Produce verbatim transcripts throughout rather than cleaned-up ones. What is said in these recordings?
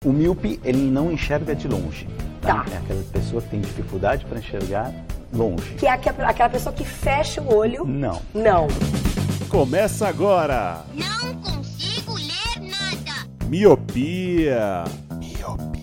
O míope, ele não enxerga de longe. Tá? Tá. É aquela pessoa que tem dificuldade para enxergar longe. Que é aquela pessoa que fecha o olho? Não. Não. Começa agora. Não consigo ler nada. Miopia. Miopia.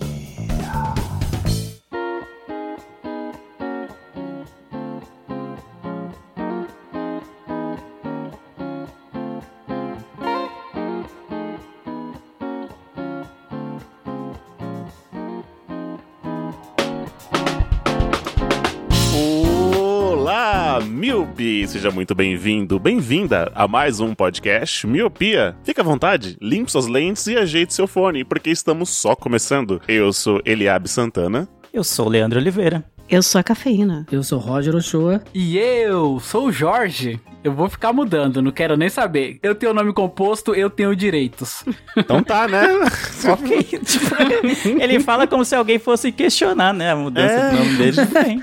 Míope, seja muito bem-vindo, bem-vinda a mais um podcast Miopia. Fique à vontade, limpe suas lentes e ajeite seu fone, porque estamos só começando. Eu sou Eliabe Santana. Eu sou o Leandro Oliveira. Eu sou a Cafeína. Eu sou Roger Ochoa. E eu sou o Jorge. Eu vou ficar mudando, não quero nem saber. Eu tenho nome composto, eu tenho direitos. Então tá, né? Ok. Tipo, ele fala como se alguém fosse questionar, né? A mudança É. do nome dele. Bem.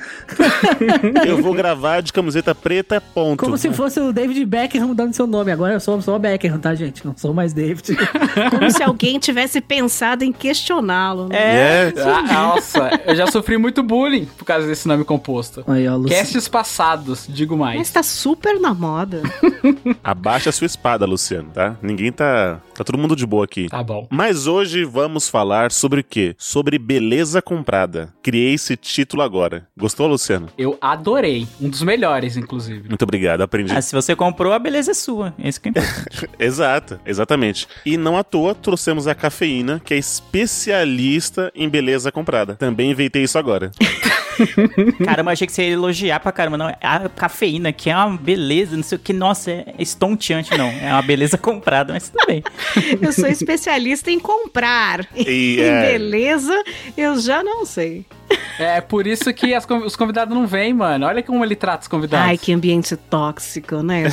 Eu vou gravar de camiseta preta, ponto. Como se fosse o David Beckham mudando seu nome. Agora eu sou só Beckham, tá, gente? Não sou mais David. Como se alguém tivesse pensado em questioná-lo, né? É. Ah, nossa, eu já sofri muito bullying por causa desse nome composto. Aí, ó, Luci... Casts passados, digo mais. Mas tá super na moda. Abaixa a sua espada, Luciano, tá? Ninguém tá... Tá todo mundo de boa aqui. Tá bom. Mas hoje vamos falar sobre o quê? Sobre beleza comprada. Criei esse título agora. Gostou, Luciano? Eu adorei. Um dos melhores, inclusive. Muito obrigado, aprendi. Ah, se você comprou, a beleza é sua. Esse que é importante. Exato, exatamente. E não à toa trouxemos a Cafeína, que é especialista em beleza comprada. Também inventei isso agora. Caramba, eu achei que você ia elogiar pra caramba. Não, a Cafeína, que é uma beleza, não sei o que. Nossa, é estonteante, não. É uma beleza comprada, mas tudo bem. Eu sou especialista em comprar. E, em é... beleza, eu já não sei. É por isso que as, os convidados não vêm, mano. Olha como ele trata os convidados. Ai, que ambiente tóxico, né,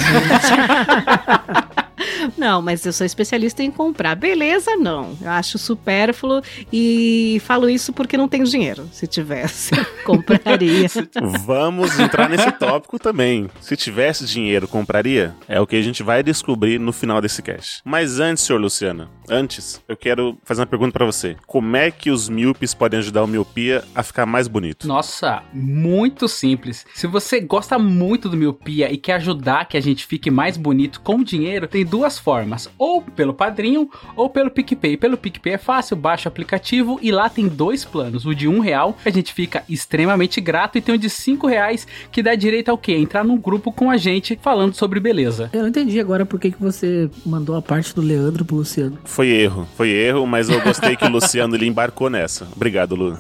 gente? Não, mas eu sou especialista em comprar. Beleza, não. Eu acho supérfluo e falo isso porque não tenho dinheiro. Se tivesse, compraria. Vamos entrar nesse tópico também. Se tivesse dinheiro, compraria? É o que a gente vai descobrir no final desse cast. Mas antes, senhor Luciano, antes, eu quero fazer uma pergunta pra você. Como é que os míopes podem ajudar o miopia a ficar mais bonito? Nossa, muito simples. Se você gosta muito do Miopia e quer ajudar que a gente fique mais bonito com dinheiro, tem duas formas, ou pelo Padrinho ou pelo PicPay. Pelo PicPay é fácil, baixa o aplicativo e lá tem dois planos. O de um real, a gente fica extremamente grato, e tem o de cinco reais, que dá direito ao quê? Entrar num grupo com a gente falando sobre beleza. Eu não entendi agora por que, que você mandou a parte do Leandro pro Luciano. Foi erro, foi erro, mas eu gostei que o Luciano ele embarcou nessa. Obrigado, Lu.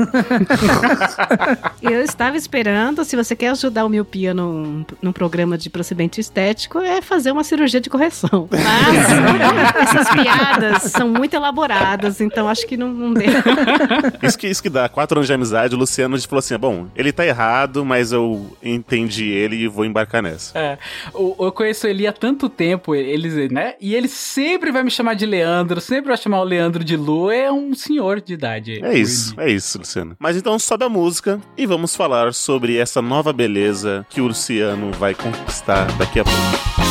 Eu estava esperando, se você quer ajudar o miopia num, num programa de procedimento estético, é fazer uma cirurgia de correção. Mas essas piadas são muito elaboradas, então acho que não, não deu. Isso que, isso que dá, quatro anos de amizade, o Luciano falou assim, bom, ele tá errado, mas eu entendi ele e vou embarcar nessa. É, eu, eu conheço ele há tanto tempo, ele, né, e ele sempre vai me chamar de Leandro, sempre vai chamar o Leandro de Lu, é um senhor de idade. É isso, é isso, Luciano. Mas então sobe a música e vamos falar sobre essa nova beleza que o Luciano vai conquistar daqui a pouco.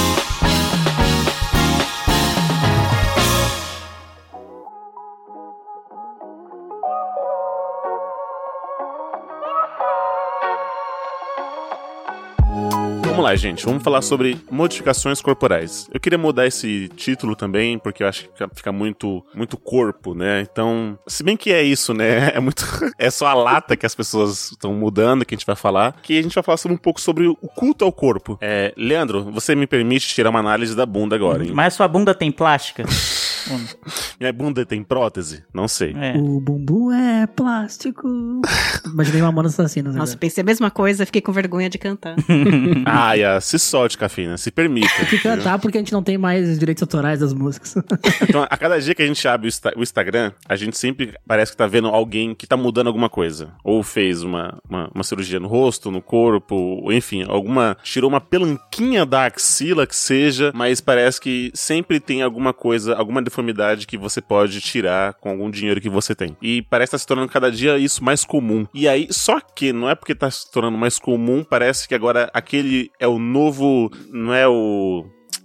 Vamos lá, gente. Vamos falar sobre modificações corporais. Eu queria mudar esse título também, porque eu acho que fica muito, muito corpo, né? Então, se bem que é isso, né? É muito... É só a lata que as pessoas estão mudando, que a gente vai falar. Que a gente vai falar sobre um pouco sobre o culto ao corpo. É, Leandro, você me permite tirar uma análise da bunda agora, hein? Mas sua bunda tem plástica? Minha bunda tem prótese? Não sei. É. O bumbum é plástico. Imaginei Mamonas Assassinas. Nossa, pensei a mesma coisa, fiquei com vergonha de cantar. Ai, ah, se solte, Cafeína, se permita. Tem que cantar porque a gente não tem mais direitos autorais das músicas. Então, a cada dia que a gente abre o, Insta- o Instagram, a gente sempre parece que tá vendo alguém que tá mudando alguma coisa. Ou fez uma, uma, uma cirurgia no rosto, no corpo, ou enfim, alguma... Tirou uma pelanquinha da axila que seja, mas parece que sempre tem alguma coisa, alguma deformidade que você pode tirar com algum dinheiro que você tem. E parece que tá se tornando cada dia isso mais comum. E aí, só que não é porque tá se tornando mais comum, parece que agora aquele é o novo... Não é o...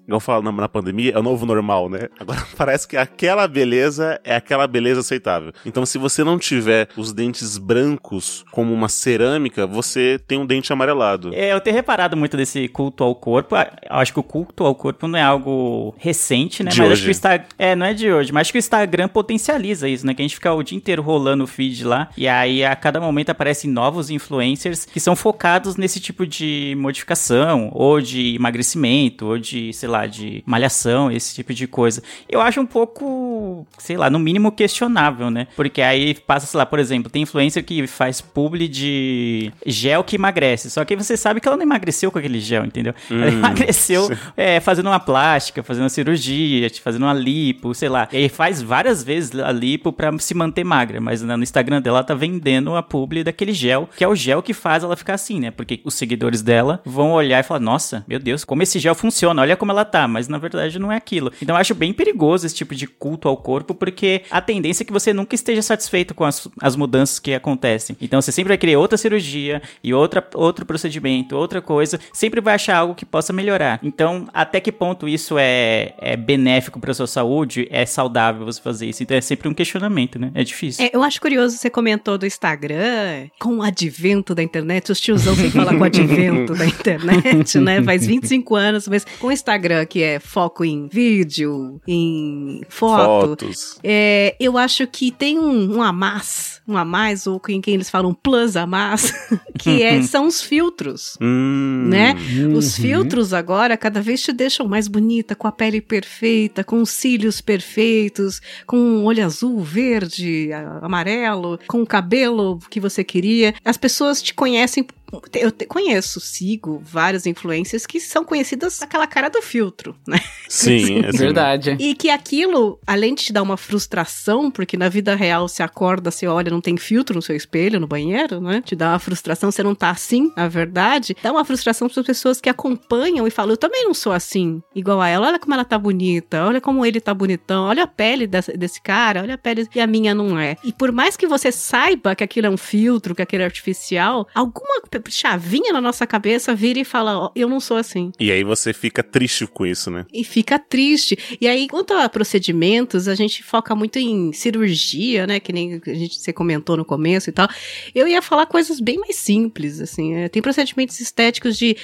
igual fala na, na pandemia, é o novo normal, né? Agora parece que aquela beleza é aquela beleza aceitável. Então, se você não tiver os dentes brancos como uma cerâmica, você tem um dente amarelado. É, eu tenho reparado muito desse culto ao corpo. Eu acho que o culto ao corpo não é algo recente, né? De mas hoje. acho que o Instagram... É, não é de hoje, mas acho que o Instagram potencializa isso, né? Que a gente fica o dia inteiro rolando o feed lá, e aí a cada momento aparecem novos influencers que são focados nesse tipo de modificação, ou de emagrecimento, ou de, sei lá, de malhação, esse tipo de coisa. Eu acho um pouco, sei lá, no mínimo questionável, né? Porque aí passa, sei lá, por exemplo, tem influencer que faz publi de gel que emagrece, só que você sabe que ela não emagreceu com aquele gel, entendeu? Hum, ela emagreceu é, fazendo uma plástica, fazendo uma cirurgia, fazendo uma lipo, sei lá. E aí faz várias vezes a lipo pra se manter magra, mas no Instagram dela ela tá vendendo a publi daquele gel, que é o gel que faz ela ficar assim, né? Porque os seguidores dela vão olhar e falar, nossa, meu Deus, como esse gel funciona, olha como ela tá, mas na verdade não é aquilo. Então eu acho bem perigoso esse tipo de culto ao corpo, porque a tendência é que você nunca esteja satisfeito com as, as mudanças que acontecem. Então você sempre vai querer outra cirurgia e outra, outro procedimento, outra coisa, sempre vai achar algo que possa melhorar. Então, até que ponto isso é, é benéfico pra sua saúde, é saudável você fazer isso? Então é sempre um questionamento, né? É difícil. É, eu acho curioso, você comentou do Instagram, com o advento da internet, os tiozão sem falar com o advento da internet, né? Faz vinte e cinco anos, mas com o Instagram, que é foco em vídeo, em foto, Fotos. é, eu acho que tem um, um a mais, um a mais, ou em quem eles falam plus a mais, que é, são os filtros, Hum. né? Uhum. Os filtros agora cada vez te deixam mais bonita, com a pele perfeita, com os cílios perfeitos, com um olho azul, verde, a- amarelo, com o cabelo que você queria. As pessoas te conhecem. Eu te conheço, sigo vários influencers que são conhecidas aquela cara do filtro, né? Sim, assim, Verdade. E que aquilo, além de te dar uma frustração, porque na vida real você acorda, você olha, não tem filtro no seu espelho, no banheiro, né? Te dá uma frustração, você não tá assim, na verdade. Dá uma frustração para as pessoas que acompanham e falam, eu também não sou assim, igual a ela. Olha como ela tá bonita, olha como ele tá bonitão, olha a pele dessa- desse cara, olha a pele e a minha não é. E por mais que você saiba que aquilo é um filtro, que aquilo é artificial, alguma chavinha na nossa cabeça vira e fala, ó, eu não sou assim. E aí você fica triste com isso, né? E fica triste. E aí, quanto a procedimentos, a gente foca muito em cirurgia, né? Que nem a gente, você comentou no começo e tal. Eu ia falar coisas bem mais simples, assim. É, tem procedimentos estéticos de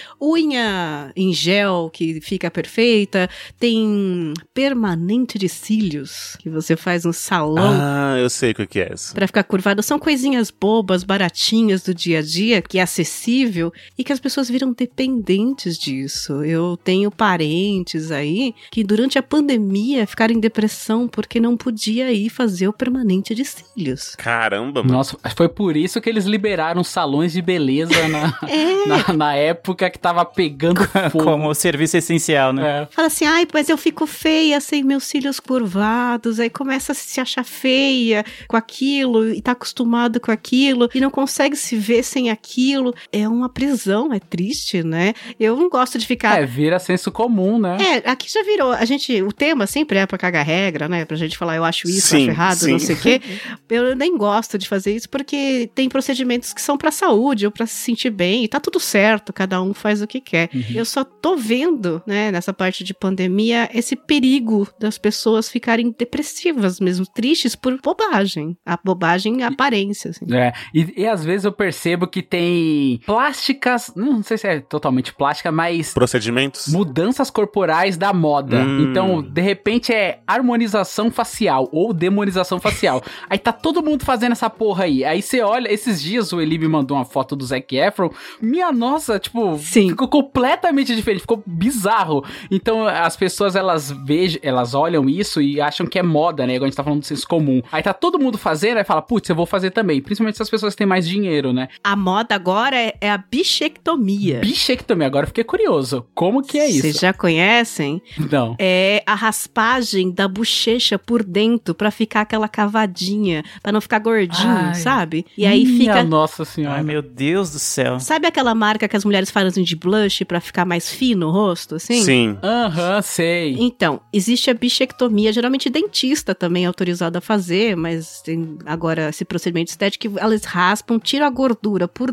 unha em gel, que fica perfeita. Tem permanente de cílios, que você faz no salão. Ah, eu sei o que que é isso. Pra ficar curvado, são coisinhas bobas, baratinhas do dia a dia, que é acessível e que as pessoas viram dependentes disso. Eu tenho parentes aí que durante a pandemia ficaram em depressão porque não podia ir fazer o permanente de cílios. Caramba, mano. Nossa, foi por isso que eles liberaram salões de beleza na, na, na época que tava pegando fogo. Como serviço essencial, né? É. Fala assim, ai, mas eu fico feia sem meus cílios curvados, aí começa a se achar feia com aquilo e tá acostumado com aquilo e não consegue se ver sem aquilo. É uma prisão, é triste, né? Eu não gosto de ficar... É, vira senso comum, né? É, aqui já virou, a gente, o tema sempre é pra cagar regra, né, pra gente falar eu acho isso, Sim, acho errado, sim. não sei o quê, eu nem gosto de fazer isso porque tem procedimentos que são pra saúde ou pra se sentir bem e tá tudo certo, cada um faz o que quer. Uhum. Eu só tô vendo, né, nessa parte de pandemia, esse perigo das pessoas ficarem depressivas mesmo, tristes por bobagem, a bobagem, a aparência, assim. É, e, e às vezes eu percebo que tem plásticas, não sei se é totalmente plástica, mas Procedimentos? mudanças corporais da moda. Hum. Então, de repente é harmonização facial ou demonização facial. Aí tá todo mundo fazendo essa porra aí. Aí você olha, esses dias o Eli me mandou uma foto do Zac Efron. Minha nossa, tipo, Sim. ficou completamente diferente, ficou bizarro. Então, as pessoas, elas vejam, elas olham isso e acham que é moda, né? Igual a gente tá falando do senso comum. Aí tá todo mundo fazendo, aí fala, putz, eu vou fazer também. Principalmente se as pessoas têm mais dinheiro, né? A moda agora é, é a bichectomia. Bichectomia, agora eu fiquei curioso. Como que é isso? Vocês já conhecem? Não. É a raspagem da bochecha por dentro pra ficar aquela cavadinha, pra não ficar gordinho, Ai. sabe? E aí Minha fica... nossa senhora. Ai, meu Deus do céu. Sabe aquela marca que as mulheres fazem de blush pra ficar mais fino o rosto, assim? Sim. Aham, sei. Então, existe a bichectomia, geralmente dentista também é autorizado a fazer, mas tem agora esse procedimento estético que elas raspam, tiram a gordura por dentro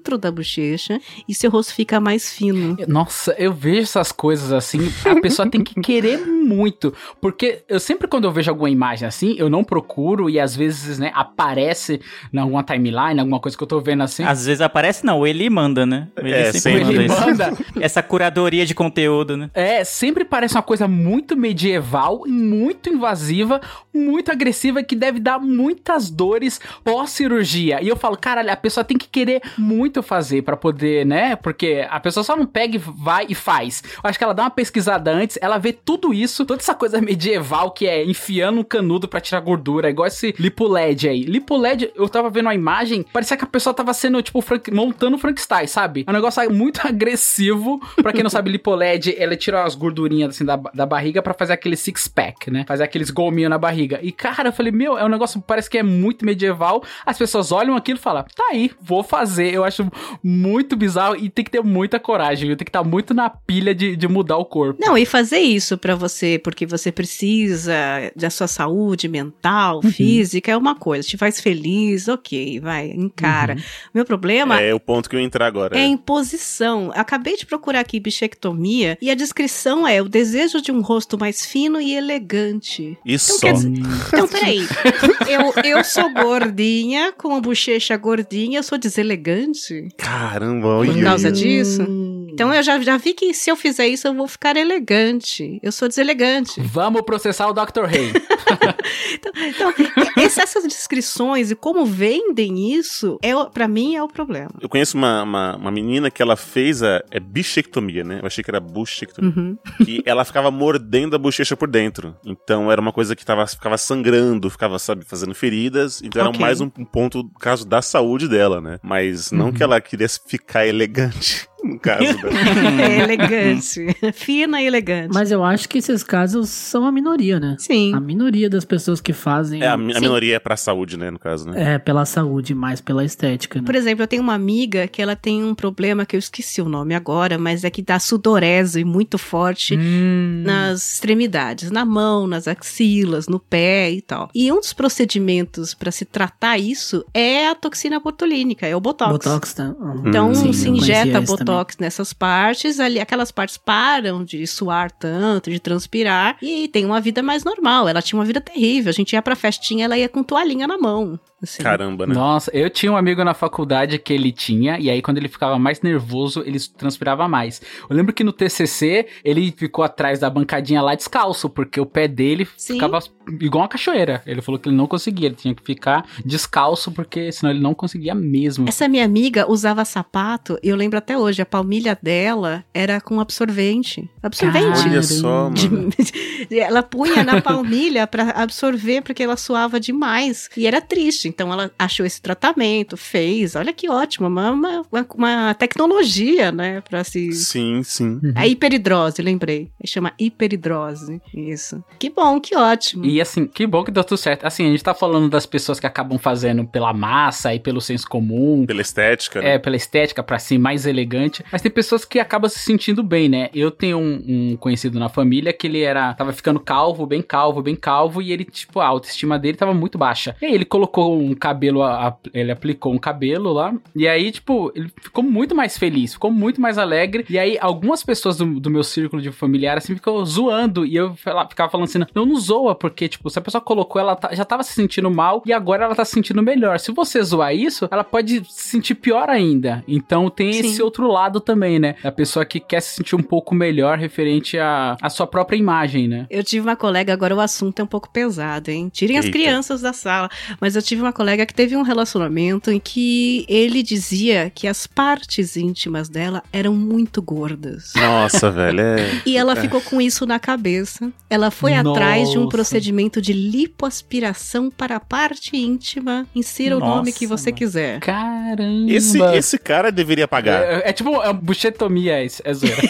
dentro da bochecha e seu rosto fica mais fino. Nossa, eu vejo essas coisas assim, a pessoa tem que querer muito, porque eu sempre quando eu vejo alguma imagem assim, eu não procuro e às vezes, né, aparece em alguma timeline, alguma coisa que eu tô vendo assim. Às vezes aparece não, ele manda, né? Ele É, sempre sempre manda, manda. isso. Essa curadoria de conteúdo, né? É, sempre parece uma coisa muito medieval, muito invasiva, muito agressiva, que deve dar muitas dores pós-cirurgia. E eu falo, caralho, a pessoa tem que querer muito fazer pra poder, né? Porque a pessoa só não pega e vai e faz. Eu acho que ela dá uma pesquisada antes, ela vê tudo isso, toda essa coisa medieval que é enfiando um canudo pra tirar gordura, igual esse lipo L E D aí. Lipo L E D, eu tava vendo a imagem, parecia que a pessoa tava sendo, tipo, Frank, montando Frankenstein, sabe? É um negócio muito agressivo. Pra quem não sabe, lipo L E D, ela tira as gordurinhas, assim, da, da barriga pra fazer aquele six-pack, né? Fazer aqueles gominhos na barriga. E, cara, eu falei, meu, é um negócio, parece que é muito medieval. As pessoas olham aquilo e falam, tá aí, vou fazer. Eu acho muito bizarro e tem que ter muita coragem, viu? Tem que estar muito na pilha de, de mudar o corpo. Não, e fazer isso pra você, porque você precisa da sua saúde mental, Uhum. física, é uma coisa. Te faz feliz, ok, vai, encara. Uhum. Meu problema É o ponto que eu ia entrar agora. é a imposição. Acabei de procurar aqui bichectomia e a descrição é o desejo de um rosto mais fino e elegante. Isso Então, só. quer dizer, então, peraí. Eu, eu sou gordinha, com a bochecha gordinha, eu sou deselegante Caramba, por olha. causa aí. disso? Então eu já, já vi que se eu fizer isso, eu vou ficar elegante. Eu sou deselegante. Vamos processar o doutor Rei. Então, então esse- essas descrições e como vendem isso, é, o- pra mim, é o problema. Eu conheço uma, uma, uma menina que ela fez a é bichectomia, né? Eu achei que era buchectomia. Uhum. Que ela ficava mordendo a bochecha por dentro. Então era uma coisa que tava, ficava sangrando, ficava, sabe, fazendo feridas. Então era Ok. mais um, um ponto, no caso da saúde dela, né? Mas não que ela queria ficar elegante, no caso dela. É elegante. Fina e elegante. Mas eu acho que esses casos são a minoria, né? Sim. A minoria das pessoas que fazem É, a, mi- a Sim. minoria é pra saúde, né, no caso, né? é pela saúde, mais pela estética, né? Por exemplo, eu tenho uma amiga que ela tem um problema que eu esqueci o nome agora, mas é que dá sudorese muito forte Hum. nas extremidades, na mão, nas axilas, no pé e tal. E um dos procedimentos para se tratar isso é a toxina botulínica, é o botox. Botox, tá? Uhum. Então, Sim, se eu conhecia injeta esse botox nessas partes, ali aquelas partes param de suar tanto, de transpirar, e tem uma vida mais normal. Ela tinha uma vida terrível. A gente ia pra festinha, ela ia com toalhinha na mão. Assim. Caramba, né? Nossa, eu tinha um amigo na faculdade que ele tinha, e aí quando ele ficava mais nervoso, ele transpirava mais. Eu lembro que no T C C, ele ficou atrás da bancadinha lá descalço, porque o pé dele Sim. ficava igual uma cachoeira. Ele falou que ele não conseguia, ele tinha que ficar descalço, porque senão ele não conseguia mesmo. Essa minha amiga usava sapato, e eu lembro até hoje, a palmilha dela era com absorvente. Absorvente. Olha só, De- mano. ela punha na palmilha pra absorver, porque ela suava demais. E era triste. Então ela achou esse tratamento, fez. Olha que ótimo, uma, uma, uma tecnologia, né? Pra se. Sim, sim. A hiperidrose, lembrei. Chama hiperidrose. Isso. Que bom, que ótimo. E assim, que bom que deu tudo certo. Assim, a gente tá falando das pessoas que acabam fazendo pela massa e pelo senso comum, Pela estética, né? é, pela estética, pra ser mais elegante. Mas tem pessoas que acabam se sentindo bem, né? Eu tenho um, um conhecido na família que ele era, tava ficando calvo, bem calvo, bem calvo, e ele, tipo, a autoestima dele tava muito baixa. E aí ele colocou um cabelo, a- a- ele aplicou um cabelo lá, e aí, tipo, ele ficou muito mais feliz, ficou muito mais alegre. E aí, algumas pessoas do, do meu círculo de familiar, assim, ficou zoando, e eu fala- ficava falando assim, não, não zoa, porque, tipo, se a pessoa colocou, ela tá- já tava se sentindo mal, e agora ela tá se sentindo melhor. Se você zoar isso, ela pode se sentir pior ainda. Então, tem Sim. esse outro lado também, né? A pessoa que quer se sentir um pouco melhor referente à, à sua própria imagem, né? Eu tive uma colega, agora o assunto é um pouco pesado, hein? Tirem as Eita. crianças da sala. Mas eu tive uma colega que teve um relacionamento em que ele dizia que as partes íntimas dela eram muito gordas. Nossa, velho, é... E ela ficou com isso na cabeça. Ela foi Nossa. atrás de um procedimento de lipoaspiração para a parte íntima. Insira o Nossa, nome que você mano. quiser. Caramba! Esse, esse cara deveria pagar. É, é tipo é uma buchetomia, é, é zoeira.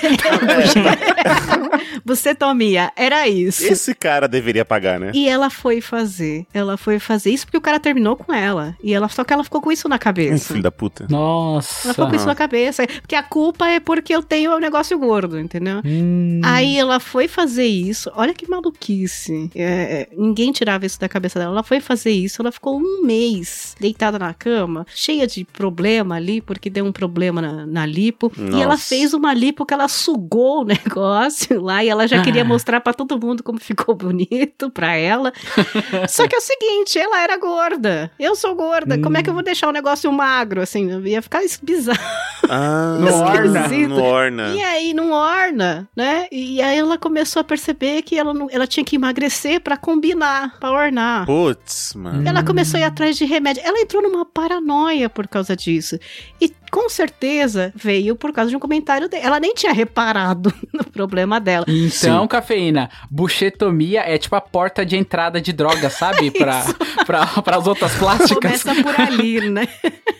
Bucetomia, era isso. Esse cara deveria pagar, né? E ela foi fazer. Ela foi fazer isso porque o cara terminou com ela. E ela só que ela ficou com isso na Um cabeça. filho da puta. Nossa! Ela ficou com isso na cabeça. Porque a culpa é porque eu tenho um negócio gordo, entendeu? Hum. Aí ela foi fazer isso. Olha que maluquice. É, é, ninguém tirava isso da cabeça dela. Ela foi fazer isso, ela ficou um mês deitada na cama, cheia de problema ali, porque deu um problema na, na lipo. Nossa. E ela fez uma lipo que ela sugou o negócio lá e ela já queria mostrar pra todo mundo como ficou bonito pra ela. Só que é o seguinte, ela era gorda. Eu sou gorda. Hum. Como é que eu vou deixar o negócio magro, assim? Ia ficar bizarro. Ah, não orna. Não orna. E aí, não orna, né? E aí ela começou a perceber que ela, não, ela tinha que emagrecer pra combinar, pra ornar. Putz, mano. Ela começou a ir atrás de remédio. Ela entrou numa paranoia por causa disso. E com certeza veio por causa de um comentário dela. Ela nem tinha reparado no problema dela. Então, Sim. Cafeína, buchetomia é tipo a porta de entrada de droga, sabe? Pra, pra, pra as outras plásticas. Começa por ali, né?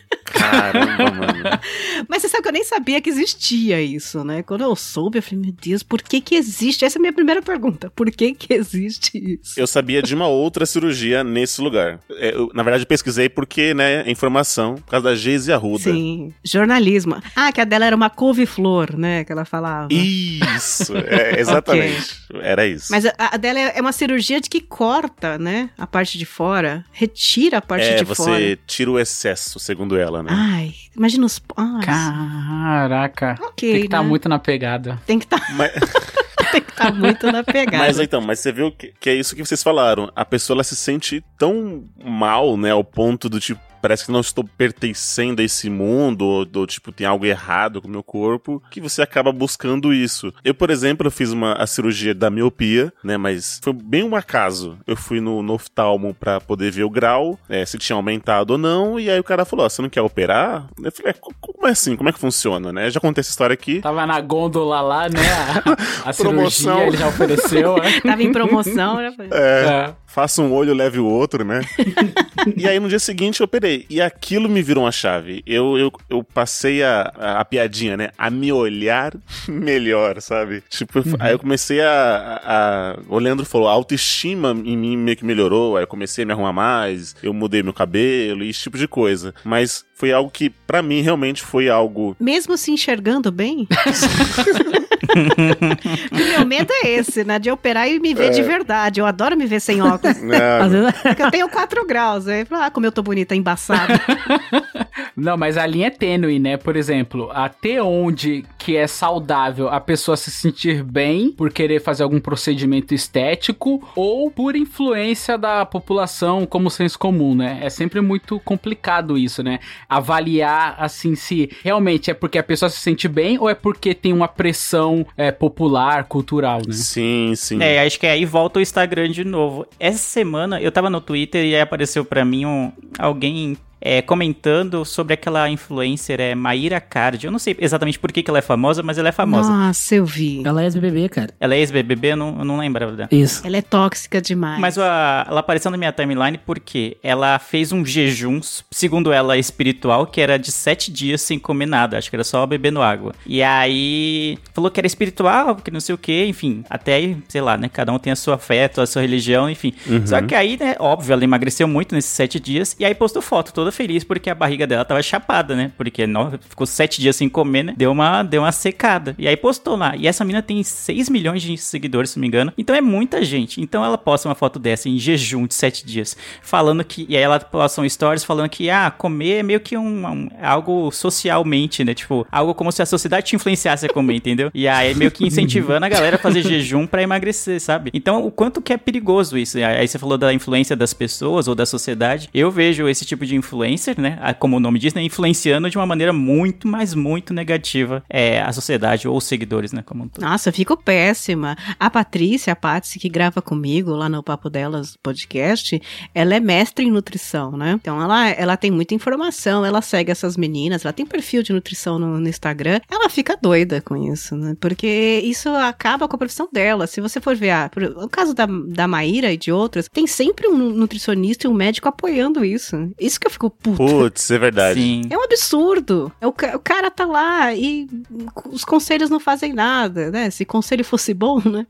Caramba, mano. Mas você sabe que eu nem sabia que existia isso, né? Quando eu soube, eu falei, meu Deus, por que que existe? Essa é a minha primeira pergunta. Por que que existe isso? Eu sabia de uma outra cirurgia nesse lugar. Eu, na verdade, eu pesquisei porque, né, a informação, por causa da Geise Arruda. Sim, jornalismo. Ah, que a dela era uma couve-flor, né? Que ela falava. Isso, é, exatamente. Okay. Era isso. Mas a, a dela é uma cirurgia de que corta, né? A parte de fora. Retira a parte é, de você fora. Você tira o excesso, segundo ela, né? Ai, imagina os... Ai, caraca. Okay, tem que estar né? tá muito na pegada. Tem que estar... Tá... Mas... tem que estar tá muito na pegada. Mas então, mas você viu que, que é isso que vocês falaram. A pessoa, ela se sente tão mal, né? Ao ponto do tipo, parece que não estou pertencendo a esse mundo, ou, ou tipo, tem algo errado com o meu corpo, que você acaba buscando isso. Eu, por exemplo, eu fiz uma, a cirurgia da miopia, né, mas foi bem um acaso. Eu fui no, no oftalmo pra poder ver o grau, é, se tinha aumentado ou não, e aí o cara falou, ó, você não quer operar? Eu falei, é, como é assim? Como é que funciona, né? Eu já contei essa história aqui. Tava na gôndola lá, né, a, a promoção. Cirurgia, ele já ofereceu, né? Tava em promoção, né? É, é. Faça um olho, leve o outro, né? E aí no dia seguinte eu operei. E aquilo me virou uma chave. Eu, eu, eu passei a, a, a piadinha, né? A me olhar melhor, sabe? Tipo, uhum. Aí eu comecei a, a, a... O Leandro falou, a autoestima em mim meio que melhorou. Aí eu comecei a me arrumar mais. Eu mudei meu cabelo e esse tipo de coisa. Mas foi algo que, pra mim, realmente foi algo... Mesmo se enxergando bem? Meu medo é esse, né? De operar e me ver é. de verdade. Eu adoro me ver sem óculos. Às vezes, porque eu tenho quatro graus. Aí, ah, como eu tô bonita, embaçada. Não, mas a linha é tênue, né? Por exemplo, até onde que é saudável a pessoa se sentir bem por querer fazer algum procedimento estético ou por influência da população como senso comum, né? É sempre muito complicado isso, né? Avaliar, assim, se realmente é porque a pessoa se sente bem ou é porque tem uma pressão é, popular, cultural, né? Sim, sim. É, acho que aí volta o Instagram de novo. Essa semana eu tava no Twitter e aí apareceu pra mim um, alguém... É, comentando sobre aquela influencer, é Mayra Card. Eu não sei exatamente por que, que ela é famosa, mas ela é famosa. Nossa, eu vi. Ela é ex-B B B, cara. Ela é ex-B B B? Eu não, eu não lembro dela. Isso. Ela é tóxica demais. Mas a, ela apareceu na minha timeline porque ela fez um jejum, segundo ela, espiritual, que era de sete dias sem comer nada. Acho que era só bebendo água. E aí, falou que era espiritual, que não sei o que, enfim. Até aí, sei lá, né? Cada um tem a sua fé, a sua religião, enfim. Uhum. Só que aí, né, óbvio, ela emagreceu muito nesses sete dias. E aí postou foto toda feliz porque a barriga dela tava chapada, né? Porque não, ficou sete dias sem comer, né? Deu uma, deu uma secada. E aí postou lá. E essa mina tem seis milhões de seguidores, se não me engano. Então é muita gente. Então ela posta uma foto dessa em jejum de sete dias. Falando que... E aí ela posta um stories falando que, ah, comer é meio que um, um algo socialmente, né? Tipo, algo como se a sociedade te influenciasse a comer, entendeu? E aí meio que incentivando a galera a fazer jejum pra emagrecer, sabe? Então o quanto que é perigoso isso. Aí você falou da influência das pessoas ou da sociedade. Eu vejo esse tipo de influencer, né? Como o nome diz, né? Influenciando de uma maneira muito, mas muito negativa é, a sociedade ou os seguidores, né? Como um todo. Nossa, eu fico péssima. A Patrícia, a Patsy, que grava comigo lá no Papo Delas podcast, ela é mestre em nutrição, né? Então ela, ela tem muita informação, ela segue essas meninas, ela tem perfil de nutrição no, no Instagram, ela fica doida com isso, né? Porque isso acaba com a profissão dela. Se você for ver, ah, o caso da, da Maíra e de outras, tem sempre um nutricionista e um médico apoiando isso. Isso que eu fico fico puta. Putz, é verdade. Sim. É um absurdo. O, ca- o cara tá lá e os conselhos não fazem nada, né? Se conselho fosse bom, né?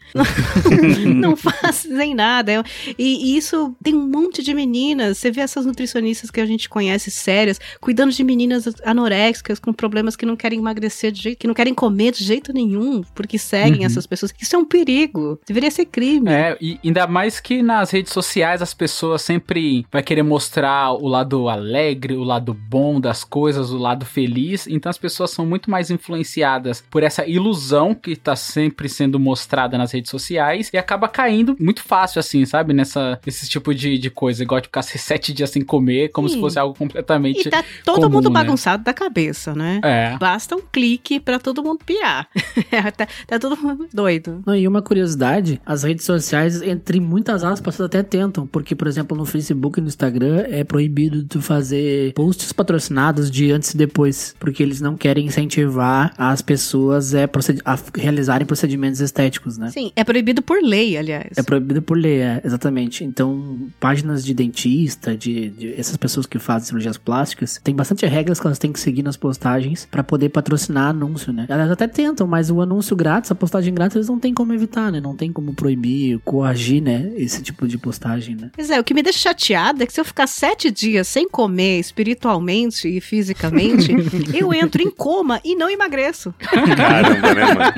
Não fazem nada. É- E, e isso tem um monte de meninas. Você vê essas nutricionistas que a gente conhece sérias, cuidando de meninas anoréxicas com problemas que não querem emagrecer de jeito, que não querem comer de jeito nenhum, porque seguem Uhum. essas pessoas. Isso é um perigo. Deveria ser crime. É, e ainda mais que nas redes sociais as pessoas sempre vai querer mostrar o lado alegre, o lado bom das coisas, o lado feliz. Então as pessoas são muito mais influenciadas por essa ilusão que tá sempre sendo mostrada nas redes sociais e acaba caindo muito fácil, assim, sabe? Nessa, esse tipo de, de coisa. Igual de ficar sete dias sem comer, como Sim. se fosse algo completamente E tá todo comum, mundo né? bagunçado da cabeça, né? É. Basta um clique pra todo mundo pirar. tá, tá todo mundo doido. Não, e uma curiosidade, as redes sociais, entre muitas aspas, até tentam, porque, por exemplo, no Facebook e no Instagram é proibido tu fazer posts patrocinados de antes e depois, porque eles não querem incentivar as pessoas é, proced- a realizarem procedimentos estéticos, né? Sim, é proibido por lei, aliás. É proibido por lei, é, exatamente. Então, páginas de dentista, de, de essas pessoas que fazem cirurgias plásticas, tem bastante regras que elas têm que seguir nas postagens pra poder patrocinar anúncio, né? Elas até tentam, mas o anúncio grátis, a postagem grátis, eles não tem como evitar, né? Não tem como proibir, coagir, né? Esse tipo de postagem, né? Pois é, o que me deixa chateada é que se eu ficar sete dias sem comer espiritualmente e fisicamente, eu entro em coma e não emagreço. Caramba, né, mano?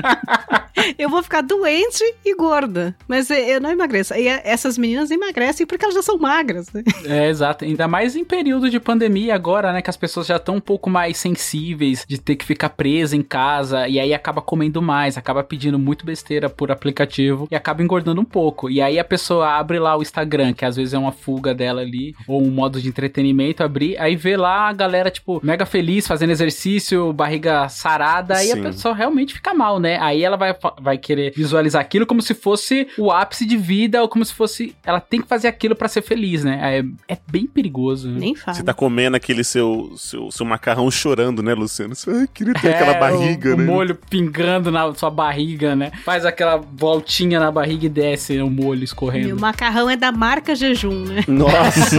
Eu vou ficar doente e gorda, mas eu não emagreço. E essas meninas emagrecem porque elas já são magras, né? É, exato. Ainda mais em período de pandemia agora, né? Que as pessoas já estão um pouco mais sensíveis de ter que ficar presa em casa e aí acaba comendo mais, acaba pedindo muito besteira por aplicativo e acaba engordando um pouco. E aí a pessoa abre lá o Instagram, que às vezes é uma fuga dela ali, ou um modo de entretenimento, abrir, aí vê lá a galera, tipo, mega feliz, fazendo exercício, barriga sarada, aí a Sim. pessoa realmente fica mal, né? Aí ela vai, vai querer visualizar aquilo como se fosse o ápice de vida, ou como se fosse... Ela tem que fazer aquilo pra ser feliz, né? É, é bem perigoso. Né? Nem fala. Você tá comendo aquele seu, seu, seu macarrão chorando, né, Luciano? Você, ai, queria ter aquela barriga, o, né? O molho pingando na sua barriga, né? Faz aquela voltinha na barriga e desce o molho E escorrendo. o macarrão é da marca Jejum, né? Nossa!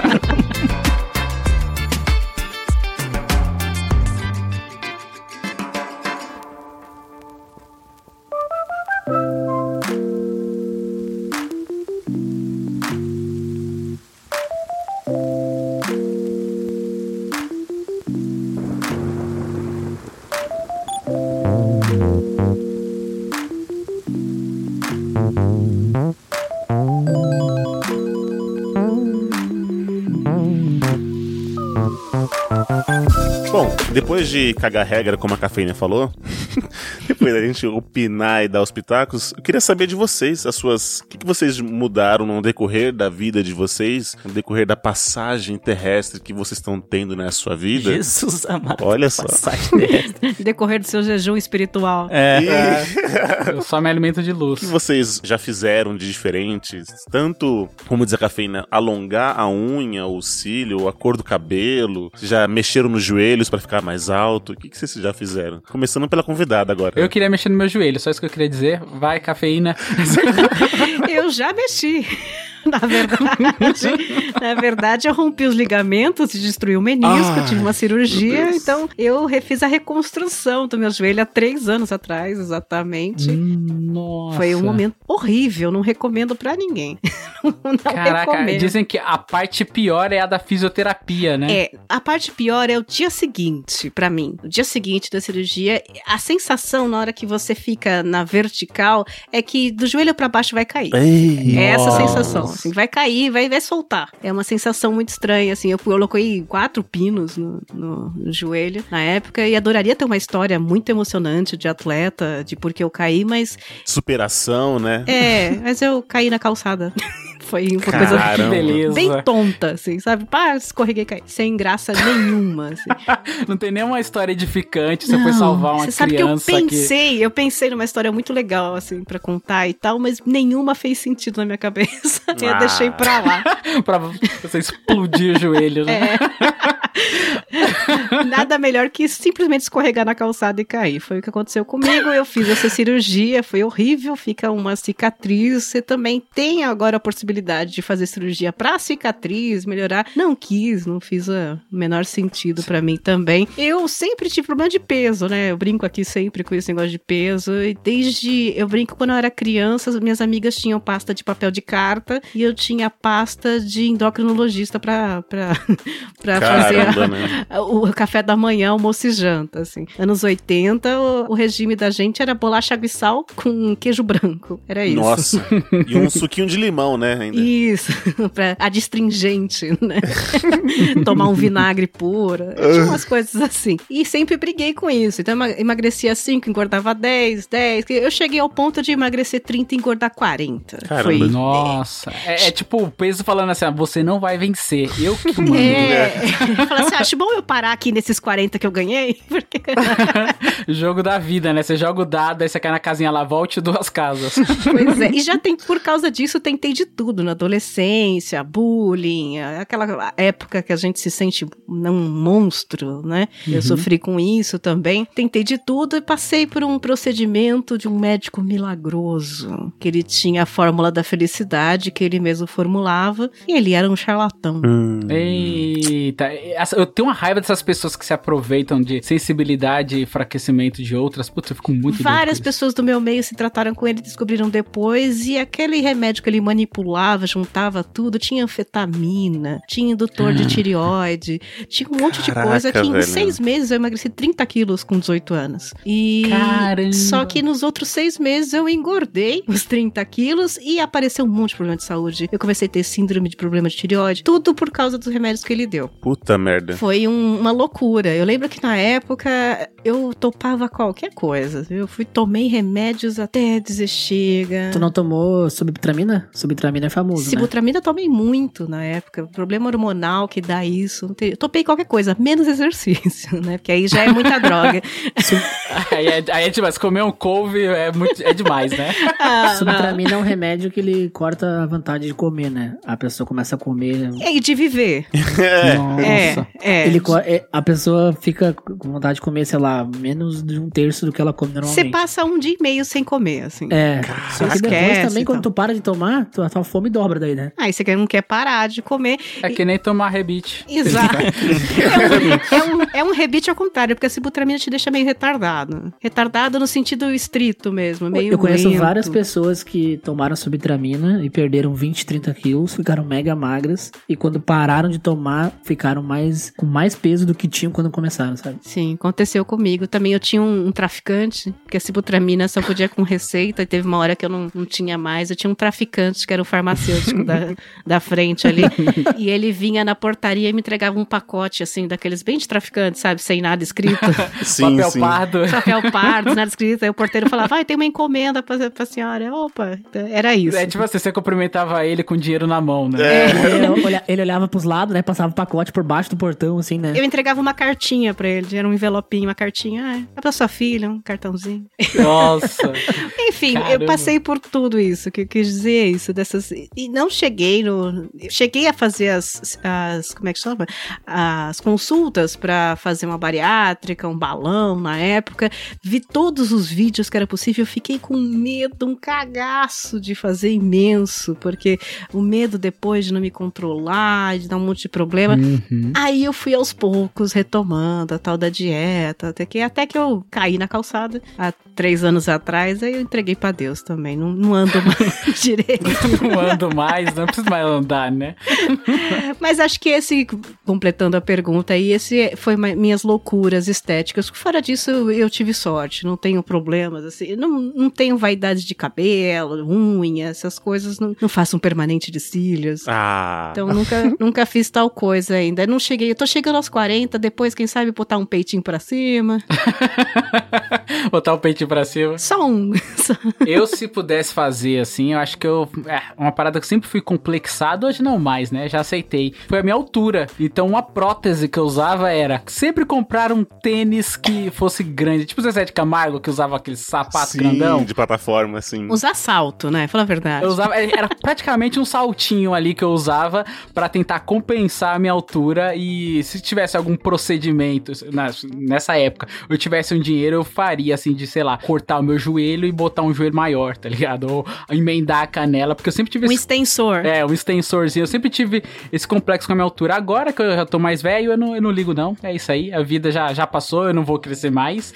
Bom, depois de cagar regra, como a Cafeína falou, depois da gente opinar e dar os pitacos, eu queria saber de vocês, as suas... O que, que vocês mudaram no decorrer da vida de vocês, no decorrer da passagem terrestre que vocês estão tendo na sua vida? Jesus amado. Olha só. Passagem dessa. Decorrer do seu jejum espiritual. É. E... Eu só me alimento de O luz. que vocês já fizeram de diferentes? Tanto, como diz a Cafeína, alongar a unha, o cílio, a cor do cabelo? Vocês já mexeram nos joelhos pra ficar mais alto? O que, que vocês já fizeram? Começando pela convidada agora. Eu queria mexer no meu joelho, só isso que eu queria dizer. Vai, cafeína. Eu já mexi. Na verdade, na verdade, eu rompi os ligamentos e destruí o menisco, Ai, tive uma cirurgia, meu Deus. então eu refiz a reconstrução do meu joelho há três anos atrás, exatamente. Nossa. Foi um momento horrível, não recomendo pra ninguém. Não Caraca, recomendo. dizem que a parte pior é a da fisioterapia, né? É, a parte pior é o dia seguinte, pra mim. O dia seguinte da cirurgia, a sensação na hora que você fica na vertical é que do joelho pra baixo vai cair. Ei, É essa a nossa. sensação, assim, vai cair, vai, vai soltar. É uma sensação muito estranha, assim, eu coloquei quatro pinos no, no, no joelho na época e adoraria ter uma história muito emocionante de atleta, de porque eu caí, mas Superação, né? é, mas eu caí na calçada. Foi uma Caramba. coisa Que beleza. bem tonta, assim, sabe? Pá, escorreguei e caí. Sem graça nenhuma, assim. Não tem nenhuma história edificante, você foi salvar uma você sabe que eu criança pensei, eu pensei numa história muito legal, assim, pra contar e tal, mas nenhuma fez sentido na minha cabeça. Eu Ah. deixei pra lá. pra você explodir o joelho, né? É. nada melhor que simplesmente escorregar na calçada e cair. Foi o que aconteceu comigo. Eu fiz essa cirurgia, foi horrível, fica uma cicatriz. Você também tem agora a possibilidade de fazer cirurgia pra cicatriz, melhorar. Não quis, não fiz o menor sentido pra mim também. Eu sempre tive problema de peso, né? Eu brinco aqui sempre com esse negócio de peso. E desde, eu brinco quando eu era criança, minhas amigas tinham pasta de papel de carta e eu tinha pasta de endocrinologista pra, pra, pra fazer a, né? o café da manhã, almoço e janta, assim. Anos oitenta, o, o regime da gente era bolacha, água e sal com queijo branco. Era isso. Nossa. E um suquinho de limão, né? Ainda. Isso. Pra adstringente, né? Tomar um vinagre puro. Tinha umas coisas assim. E sempre briguei com isso. Então, eu emagrecia cinco, engordava dez, dez. Eu cheguei ao ponto de emagrecer trinta e engordar quarenta. Caramba. Foi. Nossa. É, é tipo o peso falando assim, ah, você não vai vencer. Eu que mando. É. Fala assim, acho bom eu parar aqui nesses quarenta que eu ganhei? Porque... Jogo da vida, né? Você joga o dado, aí você cai na casinha lá, volte duas casas. Pois é. E já tem, por causa disso, tentei de tudo. Na adolescência, bullying, aquela época que a gente se sente um monstro, né? Eu Uhum. sofri com isso também. Tentei de tudo e passei por um procedimento de um médico milagroso, que ele tinha a fórmula da felicidade, que ele mesmo formulava, e ele era um charlatão. Hum. Eita, eu tenho uma raiva dessas pessoas que se aproveitam de sensibilidade e enfraquecimento de outras. Putz, eu fico muito doido Várias com isso. pessoas do meu meio se trataram com ele, descobriram depois, e aquele remédio que ele manipulava, juntava tudo, tinha anfetamina, tinha indutor de tireoide, tinha um monte Caraca, de coisa que em velho. seis meses eu emagreci trinta quilos com dezoito anos. E Caramba. só que nos outros seis meses eu engordei os trinta quilos e apareceu um monte de problema de saúde. Eu comecei a ter síndrome de problema de tireoide, tudo por causa dos remédios que ele deu. Puta merda. Foi um- uma loucura. Eu lembro que na época eu topava qualquer coisa. Eu fui, tomei remédios até dizer chega. Tu não tomou subtramina? Subtramina é famoso, né? Sibutramina eu tomei muito na época. Problema hormonal que dá isso. Não tem- Eu topei qualquer coisa, menos exercício, né? Porque aí já é muita droga. Aí é, aí é demais, comer um couve é, muito, é demais, né? Ah, não. Subtramina é um remédio que ele corta a vontade de comer, né? A pessoa começa a comer... E de viver. Nossa. É, é. Ele, co- é, a pessoa fica com vontade de comer, sei lá, menos de um terço do que ela come normalmente. Você passa um dia e meio sem comer, assim. É, só que depois Esquece, também, quando então. tu para de tomar, tu- a tua fome dobra daí, né? Aí você não quer parar de comer. É que nem tomar rebite. Exato. é, um, é, um, é um rebite ao contrário, porque a sibutramina te deixa meio retardado. Retardado no sentido estrito mesmo, meio Eu conheço lento. várias pessoas que tomaram subtramina e perderam vinte, trinta quilos, ficaram mega magras, e quando pararam de tomar, ficaram mais com mais peso do que tinham quando começaram, sabe? Sim, aconteceu comigo. Também eu tinha um, um traficante, porque a sibutramina só podia com receita, e teve uma hora que eu não, não tinha mais. Eu tinha um traficante, que era o farmacêutico da, da frente ali, e ele vinha na portaria e me entregava um pacote, assim, daqueles bem de traficante, sabe? Sem nada escrito. Sim, Papel sim. pardo. Papel pardo, nada escrito. Aí o porteiro falava, vai, tem uma encomenda pra, pra senhora. Opa, era isso. É tipo assim, você cumprimentava ele com dinheiro na mão, né? Ele, olha- ele olhava pros lados, né? Passava o pacote por baixo do portão, assim, né? Eu entregava uma cartinha pra ele, era um envelopinho, uma cartinha. Ah, é pra sua filha, um cartãozinho. Nossa. Enfim, Caramba. eu passei por tudo isso, que eu quis dizer isso, dessas... E não cheguei no... Cheguei a fazer as... as como é que chama? As consultas pra fazer uma bariátrica, um balão na época. Vi todos os vídeos que era possível, eu fiquei com medo, um cagaço de fazer imenso, porque o medo depois de não me controlar, de dar um monte de problema. Uhum. Aí eu fui aos poucos retomando a tal da dieta, até que, até que eu caí na calçada há três anos atrás, aí eu entreguei pra Deus também, não, não ando mais direito. Não ando mais, não preciso mais andar, né? Mas acho que esse, completando a pergunta aí, esse foi ma- minhas loucuras estéticas. Fora disso, eu, eu tive sorte, não tenho problemas, assim, não, não tenho vaidades de cabelo, unha, essas coisas, não, não faço um permanente de cílios. Ah. Então, nunca, nunca fiz tal coisa ainda. Não cheguei, eu tô chegando aos quarenta, depois, quem sabe, botar um peitinho pra cima. Botar o peitinho pra cima. Só um. Só- Eu, se pudesse fazer assim, eu acho que eu. É, uma parada que eu sempre fui complexado, hoje não mais, né? Já aceitei. Foi a minha altura. Então, uma prótese que eu usava era sempre comprar um tênis que fosse grande. Tipo o Zezé de Camargo, que usava aquele sapato Sim, grandão. de plataforma, assim. Usar salto, né? Fala a verdade. Eu usava, era praticamente um saltinho ali que eu usava pra tentar compensar a minha altura altura e se tivesse algum procedimento na, nessa época, eu tivesse um dinheiro, eu faria assim de, sei lá, cortar o meu joelho e botar um joelho maior, tá ligado? Ou emendar a canela, porque eu sempre tive... Um esse... extensor. É, um extensorzinho. Eu sempre tive esse complexo com a minha altura. Agora que eu já tô mais velho, eu não, eu não ligo não. É isso aí, a vida já, já passou, eu não vou crescer mais.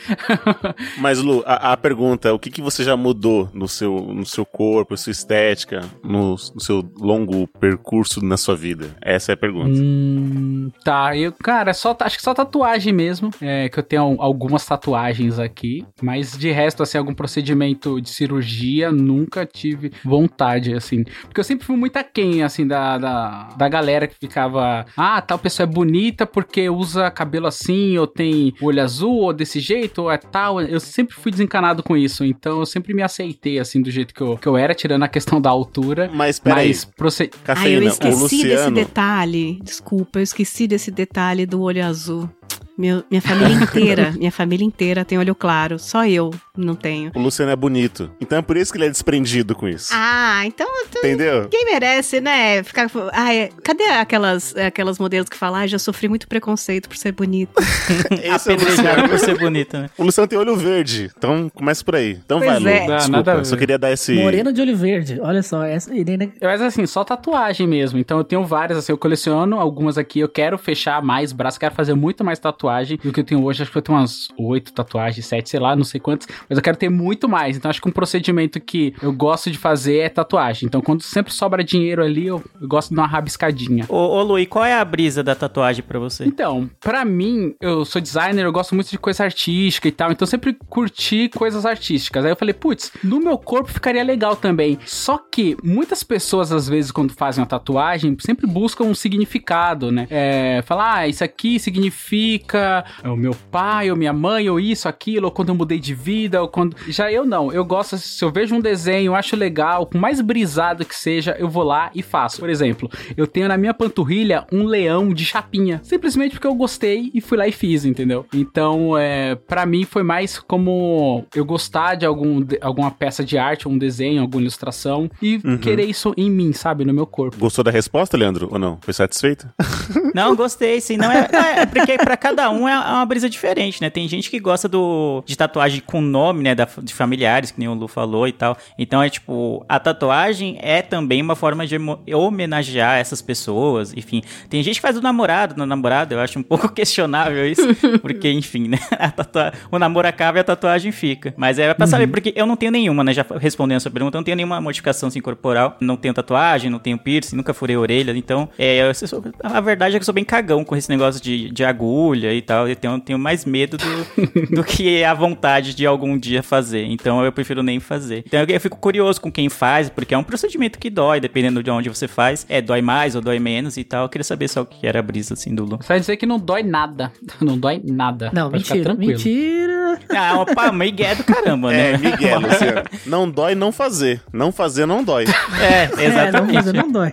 Mas, Lu, a, a pergunta, o que, que você já mudou no seu, no seu corpo, sua estética, no, no seu longo percurso na sua vida? Essa é a pergunta. Hum, tá, eu, cara, só, acho que só tatuagem mesmo, é, que eu tenho algumas tatuagens aqui, mas de resto, assim, algum procedimento de cirurgia, nunca tive vontade, assim, porque eu sempre fui muito aquém, assim, da, da, da galera que ficava, ah, tal pessoa é bonita porque usa cabelo assim, ou tem olho azul, ou desse jeito, ou é tal, eu sempre fui desencanado com isso, então eu sempre me aceitei, assim, do jeito que eu, que eu era, tirando a questão da altura. Mas, peraí, mas proce... Ai, eu esqueci o Luciano... desse detalhe, desculpa, eu esqueci desse detalhe do olho azul. Meu, minha família inteira, minha família inteira tem olho claro, só eu não tenho. O Luciano é bonito, então é por isso que ele é desprendido com isso. Ah, então... Tu, entendeu? Quem merece, né? Ficar... Ah, é, cadê aquelas, aquelas modelos que falam, ah, já sofri muito preconceito por ser bonita? Esse é o Apedrejado Luciano. por ser bonita, né? O Luciano tem olho verde, então começa por aí. Então Pois vai, Lu, é. Não, desculpa, nada a ver. só queria dar esse... Moreno de olho verde, olha só, essa ideia... Mas assim, só tatuagem mesmo. Então eu tenho várias, assim, eu coleciono algumas aqui. Eu quero fechar mais braço, quero fazer muito mais tatuagem do que eu tenho hoje. Acho que eu tenho umas oito tatuagens, sete, sei lá, não sei quantas. Mas eu quero ter muito mais. Então acho que um procedimento que eu gosto de fazer é tatuagem. Então quando sempre sobra dinheiro ali, eu, eu gosto de dar uma rabiscadinha. Ô, ô Lu, e qual é a brisa da tatuagem pra você? Então, pra mim, eu sou designer, eu gosto muito de coisa artística e tal, então eu sempre curti coisas artísticas. Aí eu falei, putz, no meu corpo ficaria legal também. Só que muitas pessoas, às vezes, quando fazem uma tatuagem, sempre buscam um significado, né? É, falar, ah, isso aqui significa o meu pai, ou minha mãe, ou isso, aquilo, ou quando eu mudei de vida, ou quando... Já eu não, eu gosto, se eu vejo um desenho, eu acho legal, por mais brisado que seja, eu vou lá e faço. Por exemplo, eu tenho na minha panturrilha um leão de chapinha, simplesmente porque eu gostei e fui lá e fiz, entendeu? Então, é, pra mim foi mais como eu gostar de, algum, de alguma peça de arte, um desenho, alguma ilustração e Uhum. querer isso em mim, sabe? No meu corpo. Gostou da resposta, Leandro, ou não? Foi satisfeito? Não, gostei, sim. Não é, é porque pra cada um é uma brisa diferente, né? Tem gente que gosta do, de tatuagem com nome, né? Da, de familiares, que nem o Lu falou e tal. Então é tipo, a tatuagem é também uma forma de homenagear essas pessoas, enfim. Tem gente que faz do namorado, no namorado, eu acho um pouco questionável isso, porque, enfim, né? A tatua... O namoro acaba e a tatuagem fica. Mas é pra saber, Uhum. porque eu não tenho nenhuma, né? Já respondendo a sua pergunta, eu não tenho nenhuma modificação assim, corporal, não tenho tatuagem, não tenho piercing, nunca furei a orelha, então, é, eu sou, a verdade é que eu sou bem cagão com esse negócio de, de agulha e tal, eu tenho, tenho mais medo do, do que a vontade de algum dia fazer, então eu prefiro nem fazer. Então eu, eu fico curioso com quem faz, porque é um procedimento que dói, dependendo de onde você faz, é, dói mais ou dói menos e tal, eu queria saber só o que era a brisa, assim, do Lu. Só dizer que não dói nada, não dói nada. Não, Pode ficar mentira, tranquilo. mentira. Ah, opa, Miguel é do caramba, né? É, Miguel, Luciano. Não dói não fazer. Não fazer não dói. É, É, não, exatamente. mas não dói.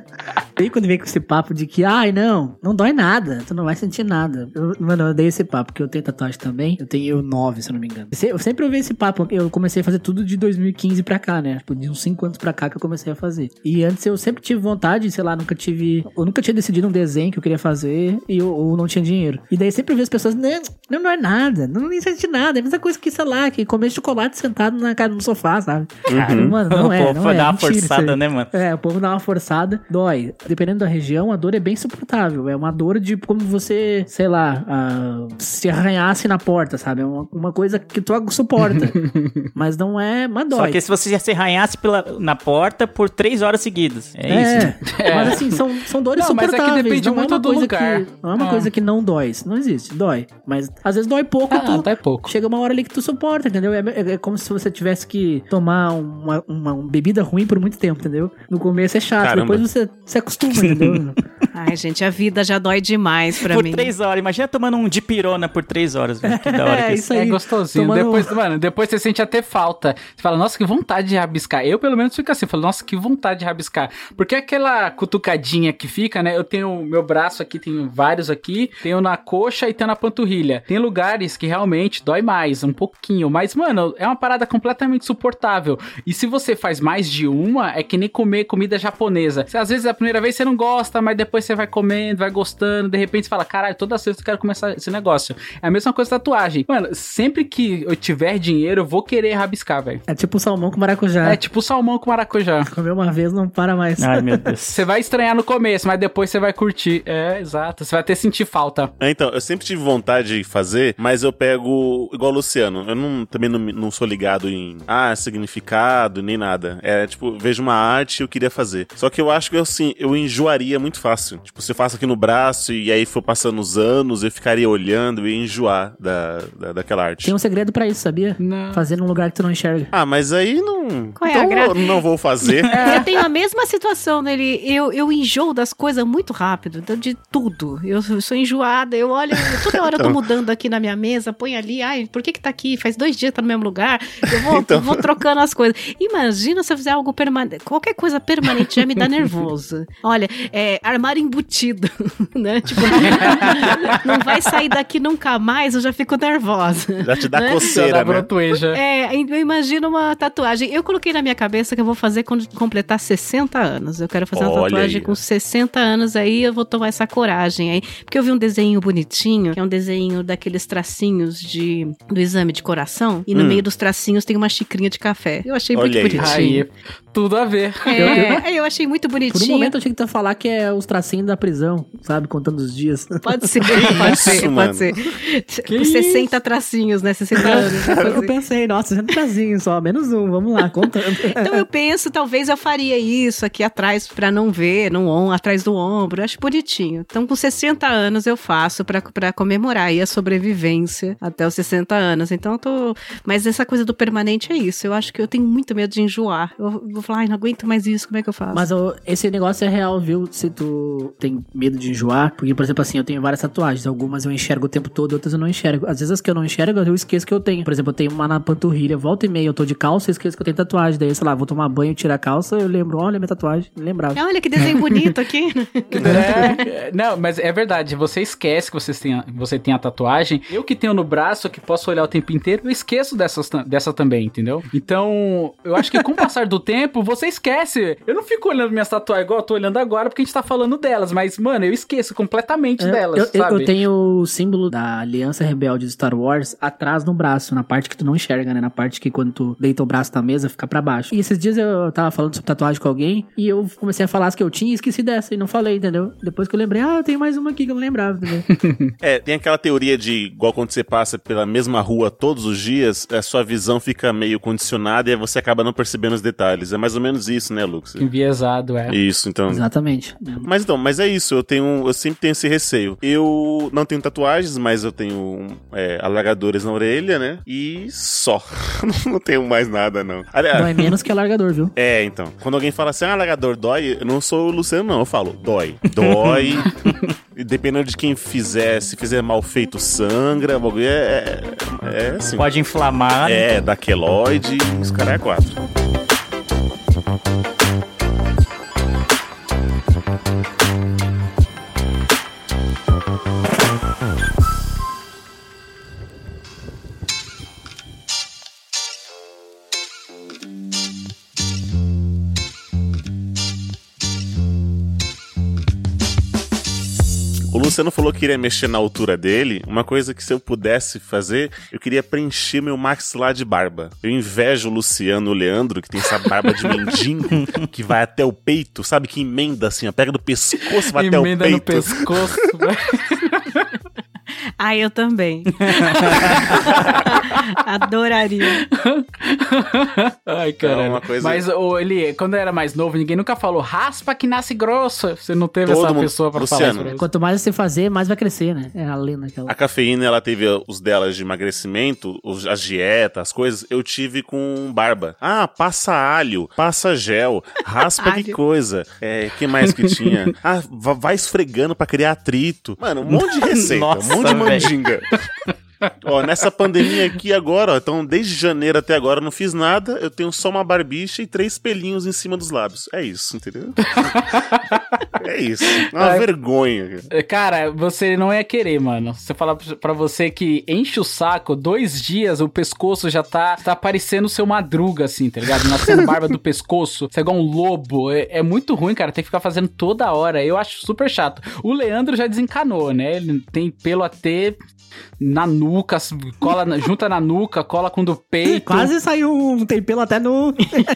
E quando vem com esse papo de que, ai, não, não dói nada, tu não vai sentir nada. Eu, mano, eu dei esse papo, porque eu tenho tatuagem também, eu tenho nove, se eu não me engano. Eu sempre ouvi esse papo, eu comecei a fazer tudo de dois mil e quinze pra cá, né? Tipo, de uns cinco anos pra cá que eu comecei a fazer. E antes eu sempre tive vontade, sei lá, nunca tive, eu nunca tinha decidido um desenho que eu queria fazer, e eu, ou não tinha dinheiro. E daí sempre eu vi as pessoas, não, não, não é nada, não nem sente nada, é a mesma coisa que, sei lá, que comer chocolate sentado na cara no sofá, sabe? Uhum. Mano, não é, O povo não foi é, dar uma mentira isso forçada, aí. né, mano? É, o povo dá uma forçada, dói. Dependendo da região, a dor é bem suportável. É uma dor de como você, sei lá, ah, se arranhasse na porta, sabe? É uma, uma coisa que tu suporta. Mas não é, mas dói. Só que se você se arranhasse pela, na porta por três horas seguidas. É, É, isso. mas assim, são, são dores Não, mas é que suportáveis. depende não muito é uma do coisa lugar. Que, não é uma É. coisa que não dói. Isso não existe, dói. Mas às vezes dói pouco, Ah, tu dói pouco. chega uma hora ali que tu suporta, entendeu? É, é- é como se você tivesse que tomar uma, uma, uma bebida ruim por muito tempo, entendeu? No começo é chato, Caramba. depois você se acostuma, entendeu? Ai, gente, a vida já dói demais pra Por mim. três horas. Imagina tomando um dipirona por três horas, velho. Que da hora que É, isso. isso aí. É gostosinho. tomando- Depois, mano, depois você sente até falta. Você fala, nossa, que vontade de rabiscar. Eu, pelo menos, fico assim. Falo, nossa, que vontade de rabiscar. Porque aquela cutucadinha que fica, né? Eu tenho meu braço aqui, tenho vários aqui. Tenho na coxa e tenho na panturrilha. Tem lugares que realmente dói mais, um pouquinho. Mas, mano, é uma parada completamente suportável. E se você faz mais de uma, é que nem comer comida japonesa. Você, às vezes, a primeira vez vez você não gosta, mas depois você vai comendo, vai gostando, de repente você fala, caralho, toda sexta eu quero começar esse negócio. É a mesma coisa tatuagem. Mano, sempre que eu tiver dinheiro, eu vou querer rabiscar, velho. É tipo salmão com maracujá. É tipo salmão com maracujá. Comer uma vez não para mais. Ai, meu Deus. Você vai estranhar no começo, mas depois você vai curtir. É, exato. Você vai até sentir falta. É, então, eu sempre tive vontade de fazer, mas eu pego igual o Luciano. Eu não, também não, não sou ligado em, ah, significado, nem nada. É, tipo, vejo uma arte e eu queria fazer. Só que eu acho que, assim, eu enjoaria muito fácil. Tipo, se eu faço aqui no braço e aí for passando os anos, eu ficaria olhando e ia enjoar da, da, daquela arte. Tem um segredo pra isso, sabia? Não. Fazer num lugar que tu não enxerga. Ah, mas aí não... Qual é então a gra- eu não vou fazer. Eu tenho a mesma situação nele. Eu, eu enjoo das coisas muito rápido, então, de tudo. Eu sou enjoada, eu olho, toda hora eu tô mudando aqui na minha mesa, põe ali, ai, por que que tá aqui? Faz dois dias que tá no mesmo lugar. Eu vou, Então. vou trocando as coisas. Imagina se eu fizer algo permanente. Qualquer coisa permanente já me dá nervoso. Olha, é armário embutido, né? Tipo, não vai sair daqui nunca mais, eu já fico nervosa. Já te dá né? coceira, Da né? brotueja. É, eu imagino uma tatuagem. Eu coloquei na minha cabeça que eu vou fazer quando completar sessenta anos. Eu quero fazer uma Olha tatuagem aí. com sessenta anos, aí eu vou tomar essa coragem aí. Porque eu vi um desenho bonitinho, que é um desenho daqueles tracinhos de, do exame de coração, e no Hum. meio dos tracinhos tem uma xicrinha de café. Eu achei Olha muito aí. bonitinho. Aí, tudo a ver. É, eu achei muito Por bonitinho. um momento eu tinha que tu falar que é os tracinhos da prisão, sabe? Contando os dias. Pode ser, pode isso, ser, mano? pode ser. Com sessenta tracinhos, né? sessenta anos. vou Eu fazer. pensei, nossa, sessenta tracinhos só, menos um, vamos lá, contando. Então eu penso, talvez eu faria isso aqui atrás pra não ver, no on, atrás do ombro. Eu acho bonitinho. Então com sessenta anos eu faço pra, pra comemorar aí a sobrevivência até os sessenta anos. Então eu tô... Mas essa coisa do permanente é isso. Eu acho que eu tenho muito medo de enjoar. Eu vou falar, ai, não aguento mais isso, como é que eu faço? Mas ô, esse negócio é real, viu? Se tu tem medo de enjoar, porque, por exemplo, assim, eu tenho várias tatuagens. Algumas eu enxergo o tempo todo, outras eu não enxergo. Às vezes as que eu não enxergo, eu esqueço que eu tenho. Por exemplo, eu tenho uma na panturrilha, volta e meia, eu tô de calça e esqueço que eu tenho tatuagem. Daí, sei lá, vou tomar banho, tirar a calça, eu lembro, olha minha tatuagem, não lembrava. Olha que desenho bonito aqui. É, não, mas é verdade, você esquece que você tem, você tem a tatuagem. Eu que tenho no braço, que posso olhar o tempo inteiro, eu esqueço dessas, dessa também, entendeu? Então, eu acho que com o passar do tempo, você esquece. Eu não fico olhando minhas tatuagens igual eu tô olhando agora, porque a gente tá falando delas, mas, mano, eu esqueço completamente É, delas, eu, eu- sabe? eu tenho o símbolo da Aliança Rebelde de Star Wars atrás no braço, na parte que tu não enxerga, né? Na parte que quando tu deita o braço na mesa, fica pra baixo. E esses dias eu tava falando sobre tatuagem com alguém e eu comecei a falar as que eu tinha e esqueci dessa e não falei, entendeu? Depois que eu lembrei, ah, eu tenho mais uma aqui que eu não lembrava, entendeu? É, tem aquela teoria de, igual quando você passa pela mesma rua todos os dias, a sua visão fica meio condicionada e aí você acaba não percebendo os detalhes. É mais ou menos isso, né, Lucas? Enviesado, é. Isso, então... Exatamente. Mas então, mas é isso, eu tenho, eu sempre tenho esse receio. Eu não tenho tatuagens, mas eu tenho é, alargadores na orelha, né? E só. Não tenho mais nada, não. Aliás, Dói menos que alargador, viu? é, então. Quando alguém fala assim, ah, alargador dói, eu não sou o Luciano, não. Eu falo, dói. Dói. E dependendo de quem fizer, se fizer mal feito, sangra. O bagulho é, é, é assim. Pode inflamar. né? É, da queloide e os caras é quatro. O Luciano falou que iria mexer na altura dele. Uma coisa que se eu pudesse fazer, eu queria preencher meu maxilar de barba. Eu invejo o Luciano e o Leandro, que tem essa barba de mendigo, que vai até o peito, sabe? Que emenda assim, ó, pega do pescoço, vai até o Emenda no peito. pescoço, velho. Ah, eu também. Adoraria. Ai, caralho. É uma coisa- Mas ô, ele, quando eu era mais novo, ninguém nunca falou raspa que nasce grosso. Você não teve Todo essa mundo- pessoa pra Luciano. falar isso pra você. Quanto mais você fazer, mais vai crescer, né? É a lenda aquela. A cafeína, ela teve os delas de emagrecimento, os- as dietas, as coisas, eu tive com barba. Ah, passa alho, passa gel, raspa que Alho. coisa. É, que mais que tinha? Ah, va- vai esfregando pra criar atrito. Mano, um monte de receita, Nossa, um monte de velho. mandinga. Ó, nessa pandemia aqui agora, ó, então desde janeiro até agora eu não fiz nada, eu tenho só uma barbicha e três pelinhos em cima dos lábios. É isso, entendeu? É isso. É uma Ai, vergonha. Cara, você não ia querer, mano. Você fala pra você que enche o saco, dois dias o pescoço já tá, tá parecendo o seu Madruga, assim, tá ligado? Nascendo barba do pescoço, você é igual um lobo. É, é muito ruim, cara, tem que ficar fazendo toda hora. Eu acho super chato. O Leandro já desencanou, né? Ele tem pelo até na nuca, cola, na- junta na nuca, cola com o do peito. Quase saiu um tem pelo até no...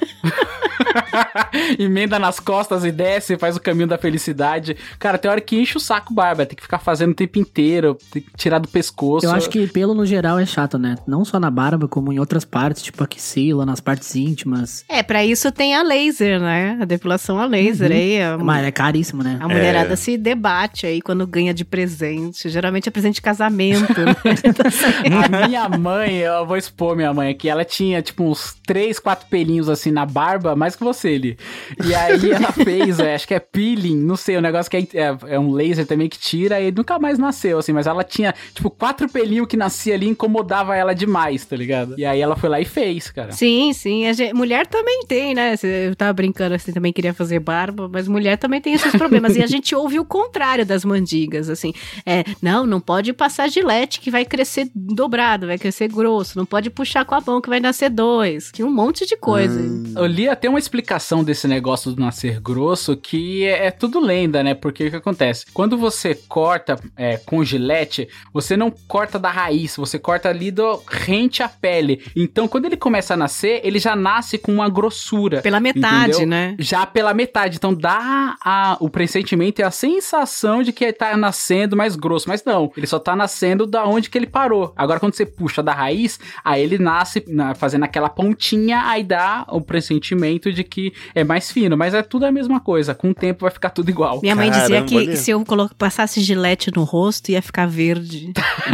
Emenda nas costas e desce, faz o caminho da felicidade. Cara, tem hora que enche o saco barba, tem que ficar fazendo o tempo inteiro, tem que tirar do pescoço. Eu acho que pelo no geral é chato, né? Não só na barba, como em outras partes, tipo a axila, nas partes íntimas. É, pra isso tem a laser, né? A depilação a laser. Uhum. Aí a, Mas é caríssimo, né? a mulherada É. se debate aí quando ganha de presente. Geralmente é presente de casamento, né? Então, assim, A minha mãe, eu vou expor minha mãe aqui, ela tinha tipo uns três, quatro pelinhos assim na barba, mais que você ali. E aí ela fez, é, acho que é peeling, não sei, o negócio que é, é, é um laser também que tira e nunca mais nasceu, assim, mas ela tinha tipo quatro pelinhos que nascia ali e incomodava ela demais, tá ligado? E aí ela foi lá e fez, cara. sim, sim. A gente- mulher também tem, né? Cê- Eu tava brincando assim, também queria fazer barba, mas mulher também tem esses problemas. E a gente ouve o contrário das mandigas, assim. É, não, não pode passar gilete que vai crescer dobrado, vai crescer grosso. Não pode puxar com a mão que vai nascer dois. Tinha um monte de coisa. Eu li até uma explicação desse negócio do nascer grosso que é, é tudo lenda, né? Porque o que acontece? Quando você corta é, com gilete, você não corta da raiz, você corta ali do rente à pele. Então, quando ele começa a nascer, ele já nasce com uma grossura. Pela metade, entendeu? né? Já pela metade. Então dá a, o pressentimento e a sensação de que ele tá nascendo mais grosso. Mas não, ele só tá nascendo da onde que ele parou. Agora, quando você puxa da raiz, aí ele nasce na- fazendo aquela pontinha, aí dá o pressentimento de que é mais fino. Mas é tudo a mesma coisa. Com o tempo vai ficar tudo igual. Minha mãe dizia Caramba, que olha. se eu colo- passasse gilete no rosto, ia ficar verde.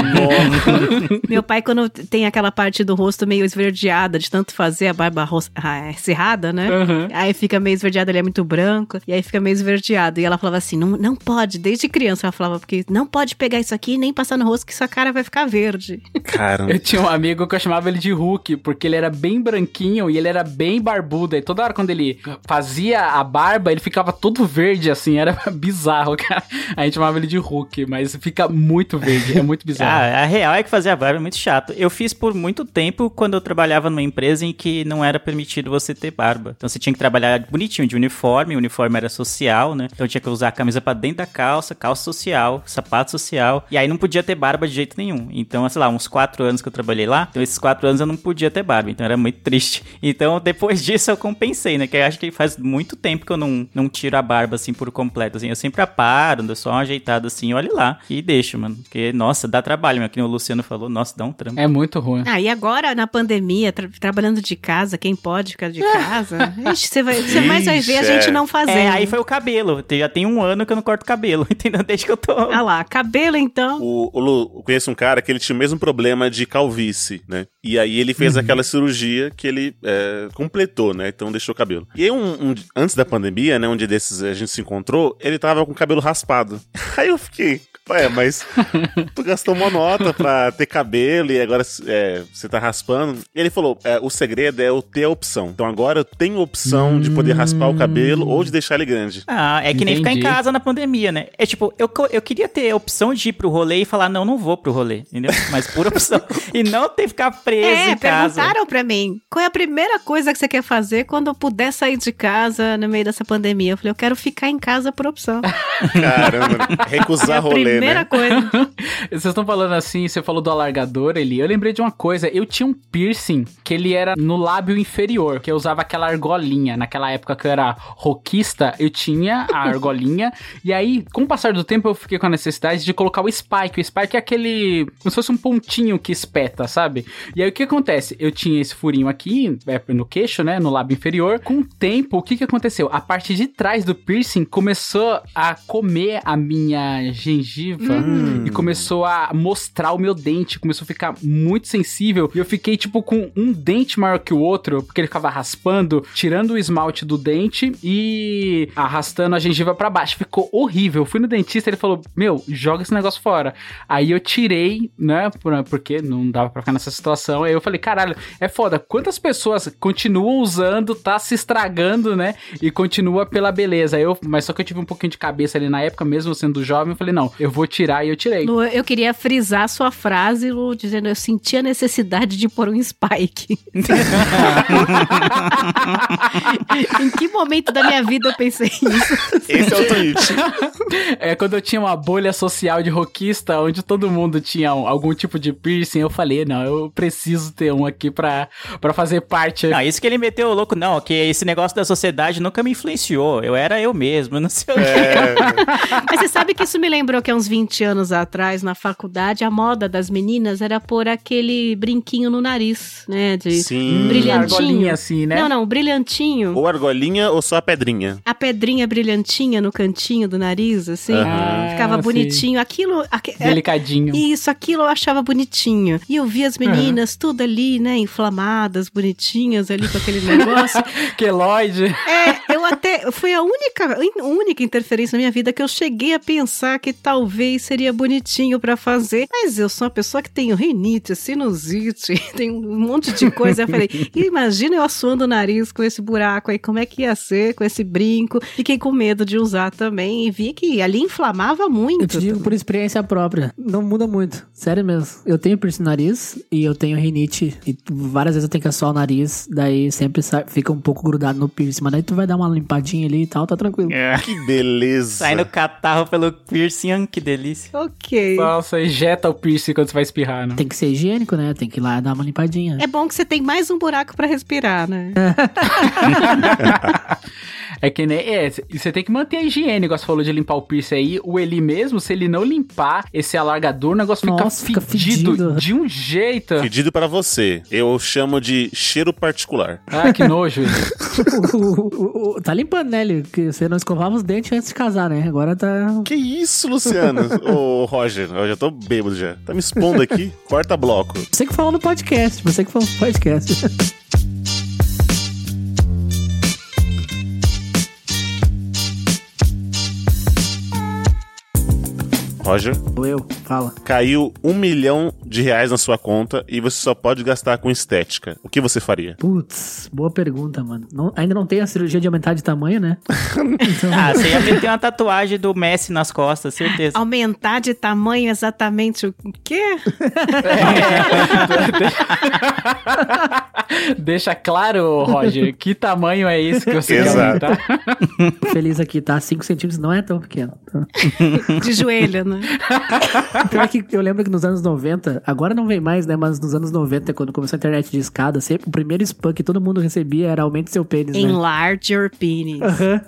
Meu pai, quando tem aquela parte do rosto meio esverdeada, de tanto fazer a barba ros- ah, é, cerrada, né? Uhum. Aí fica meio esverdeado, ele é muito branco, e aí fica meio esverdeado. E ela falava assim, não, não pode, desde criança ela falava, porque não pode pegar isso aqui e nem passar no rosto, que sua cara vai ficar verde. Caramba. Eu tinha um amigo que eu chamava ele de Hulk, porque ele era bem branquinho e ele era bem barbudo. E toda hora quando ele fazia a barba, ele ficava todo verde, assim, era bizarro, cara. A gente chamava ele de Hulk, mas fica muito verde, é muito bizarro. Ah, a real é que fazer a barba é muito chato. Eu fiz por muito tempo quando eu trabalhava numa empresa em que não era permitido você ter barba. Então você tinha que trabalhar bonitinho de uniforme, o uniforme era social, né? Então tinha que usar a camisa pra dentro da calça, calça social, sapato social. E aí não podia ter barba de jeito nenhum. Então, sei lá, uns quatro anos que eu trabalhei lá, então esses quatro anos eu não podia ter barba. Então era muito triste. Então depois disso eu compensei, né? Que eu acho que faz muito tempo que eu não, não tiro a barba assim por completo. Assim, eu sempre aparo, dou só uma ajeitada assim, olha lá. E deixo, mano. Porque, nossa, dá trabalho, meu. Que nem o Luciano falou, nossa, dá um trampo. É muito ruim. Ah, e agora, na pandemia, tra- trabalhando de casa, quem pode ficar de casa? Ixi, você vai- você mais vai ver a Ixi, gente é. não fazendo. É, aí foi o cabelo. Já tem um ano que eu não corto cabelo, entendeu? Desde que eu tô... Ah lá, cabelo então. O, o Lu, eu conheço um cara que ele tinha o mesmo problema de calvície, né? E aí ele fez aquela cirurgia que ele é, completou, né? Então deixou o cabelo. E aí, um, um- antes da pandemia, né? Um dia desses a gente se encontrou, ele tava com o cabelo raspado. Aí eu fiquei... Ué, mas tu gastou uma nota pra ter cabelo e agora é, você tá raspando. E ele falou, é, o segredo é eu ter a opção. Então agora eu tenho a opção de poder raspar o cabelo ou de deixar ele grande. Ah, é que nem ficar em Entendi. casa na pandemia, né? É tipo, eu, co- eu queria ter a opção de ir pro rolê e falar, não, não vou pro rolê, entendeu? Mas por opção. E não ter que ficar preso É, em casa. perguntaram pra mim, qual é a primeira coisa que você quer fazer quando eu puder sair de casa no meio dessa pandemia? Eu falei, eu quero ficar em casa por opção. Caramba, recusar É a rolê, primeira né? coisa. Vocês estão falando assim, você falou do alargador ali. Eu lembrei de uma coisa. Eu tinha um piercing que ele era no lábio inferior, que eu usava aquela argolinha. Naquela época que eu era rockista, eu tinha a argolinha. E aí, com o passar do tempo, eu fiquei com a necessidade de colocar o spike. O spike é aquele... como se fosse um pontinho que espeta, sabe? E aí, o que acontece? Eu tinha esse furinho aqui, é, no queixo, né? No lábio inferior. Com o tempo, o que que aconteceu? A parte de trás do piercing começou a comer a minha gengiva. E começou começou a mostrar o meu dente, começou a ficar muito sensível, e eu fiquei, tipo, com um dente maior que o outro, porque ele ficava raspando, tirando o esmalte do dente e arrastando a gengiva pra baixo. Ficou horrível. Eu fui no dentista, ele falou, meu, joga esse negócio fora. Aí eu tirei, né, porque não dava pra ficar nessa situação. Aí eu falei, caralho, é foda. Quantas pessoas continuam usando, tá se estragando, né, e continua pela beleza. Eu, mas só que eu tive um pouquinho de cabeça ali na época, mesmo sendo jovem, eu falei, não, eu vou tirar, e eu tirei. Lu, eu queria frisar sua frase, Lu, dizendo, eu senti a necessidade de pôr um spike. Em que momento da minha vida eu pensei isso? Esse é o tweet. É quando eu tinha uma bolha social de rockista, onde todo mundo tinha algum tipo de piercing, eu falei, não, eu preciso ter um aqui pra, pra fazer parte. Não, isso que ele meteu o louco, não, que esse negócio da sociedade nunca me influenciou, eu era eu mesmo, não sei o É. Mas você sabe que isso me lembrou que há uns vinte anos atrás, na faculdade, a moda das meninas era pôr aquele brinquinho no nariz, né, de Sim. brilhantinho. Argolinha assim, né? Não, não, brilhantinho. Ou argolinha ou só a pedrinha. A pedrinha brilhantinha no cantinho do nariz, assim, Aham. ficava Ah, bonitinho. Aquilo... aque- é- Delicadinho. Isso, aquilo eu achava bonitinho. E eu via as meninas tudo ali, né, inflamadas, bonitinhas ali com aquele negócio. Queloide. É, eu até... Foi a única, a única interferência na minha vida que eu cheguei a pensar que talvez seria bonitinho pra fazer. Mas eu sou uma pessoa que tenho rinite, sinusite, tem um monte de coisa. Eu falei, imagina eu assoando o nariz com esse buraco aí, como é que ia ser com esse brinco? Fiquei com medo de usar também e vi que ali inflamava muito. Eu te digo por experiência própria, não muda muito, sério mesmo. Eu tenho piercing no nariz e eu tenho rinite e várias vezes eu tenho que assoar o nariz, daí sempre sa- fica um pouco grudado no piercing, mas daí tu vai dar uma limpadinha ali e tal, tá tranquilo. É. Que beleza. Saindo catarro pelo piercing, que delícia. Ok. Nossa, injeta o piercing quando você vai espirrar, né? Tem que ser higiênico, né? Tem que ir lá dar uma limpadinha. É bom que você tem mais um buraco pra respirar, né? É que nem... É, você tem que manter a higiene, igual você falou de limpar o piercing aí. O Eli mesmo, se ele não limpar esse alargador, o negócio Nossa, fica, fica fedido, fedido. de um jeito. Pedido para você. Eu chamo de cheiro particular. Ah, que nojo. o, o- o- tá limpando, né, Lio? Que você não escovava os dentes antes de casar, né? Agora tá... Que isso, Luciano? Ô, Roger, eu já tô bêbado já. Tá me expondo aqui. Corta bloco. Você que falou no podcast, você que falou no podcast. Roger, Ou eu, fala. caiu um milhão de reais na sua conta e você só pode gastar com estética. O que você faria? Putz, boa pergunta, mano. Não- ainda não tem a cirurgia de aumentar de tamanho, né? Então, Ah, você ia meter uma tatuagem do Messi nas costas, certeza. Aumentar de tamanho exatamente o quê? Deixa claro, Roger, que tamanho é esse que você Exato. quer aumentar? feliz aqui, tá? cinco centímetros não é tão pequeno. Então, De joelho, né? pior que eu lembro que nos anos noventa, agora não vem mais, né? Mas nos anos noventa, quando começou a internet de escada, sempre o primeiro spam que todo mundo recebia era aumente seu pênis, né? Enlarge your penis.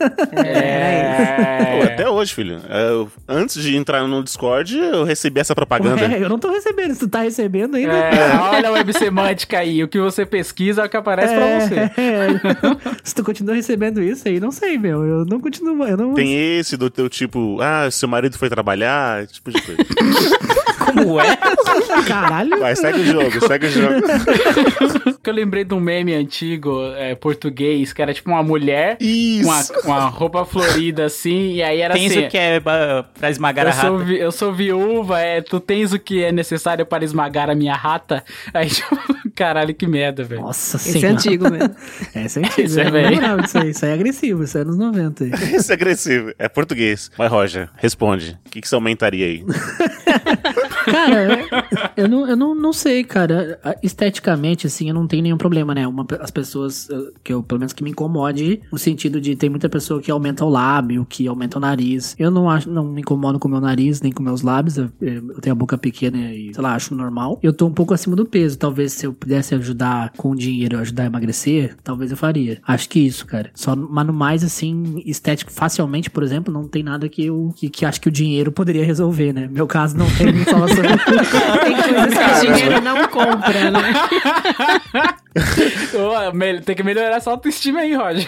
É... Pô, até hoje, filho. Eu- antes de entrar no Discord, eu recebi essa propaganda. Ué, eu não tô recebendo, se tu tá recebendo ainda. É, olha a web semântica aí. O que você pesquisa é o que aparece pra você. É. Se tu continua recebendo isso aí, não sei, meu. Eu não continuo. Eu não... Tem esse do teu tipo, ah, seu marido foi trabalhar, esse tipo de coisa. Como é? Caralho. Vai, segue o jogo, segue o jogo. Que eu lembrei de um meme antigo, é, português, que era tipo uma mulher Isso. com uma, uma roupa florida assim, e aí era Tem assim... isso que é ba- pra esmagar a Eu sou, rata. vi- eu sou viúva, é, tu tens o que é necessário para esmagar a minha rata? Aí, tipo, caralho, que merda, velho. Nossa Esse é senhora. antigo mesmo. Essa é antiga. Isso é eu não velho. lembrava disso aí. Isso aí é agressivo. Isso é anos noventa. aí. Esse é agressivo. É português. Vai, Roger, responde. O que, que você aumentaria aí? Cara, eu não, eu não, não sei, cara. Esteticamente, assim, eu não tenho nenhum problema, né? Uma, as pessoas, eh, que eu, pelo menos que me incomode, no sentido de tem muita pessoa que aumenta o lábio, que aumenta o nariz. Eu não acho, não me incomodo com o meu nariz, nem com meus lábios. Eu, eu tenho a boca pequena e, sei lá, acho normal. Eu tô um pouco acima do peso. Talvez se eu pudesse ajudar com dinheiro, ajudar a emagrecer, talvez eu faria. Acho que isso, cara. Só, mas no mais, assim, estético, facilmente, por exemplo, não tem nada que eu, que, que acho que o dinheiro poderia resolver, né? Meu caso não tem salvação. Tem coisas que o dinheiro não compra, né? Ô, me- Tem que melhorar essa autoestima aí, Roger.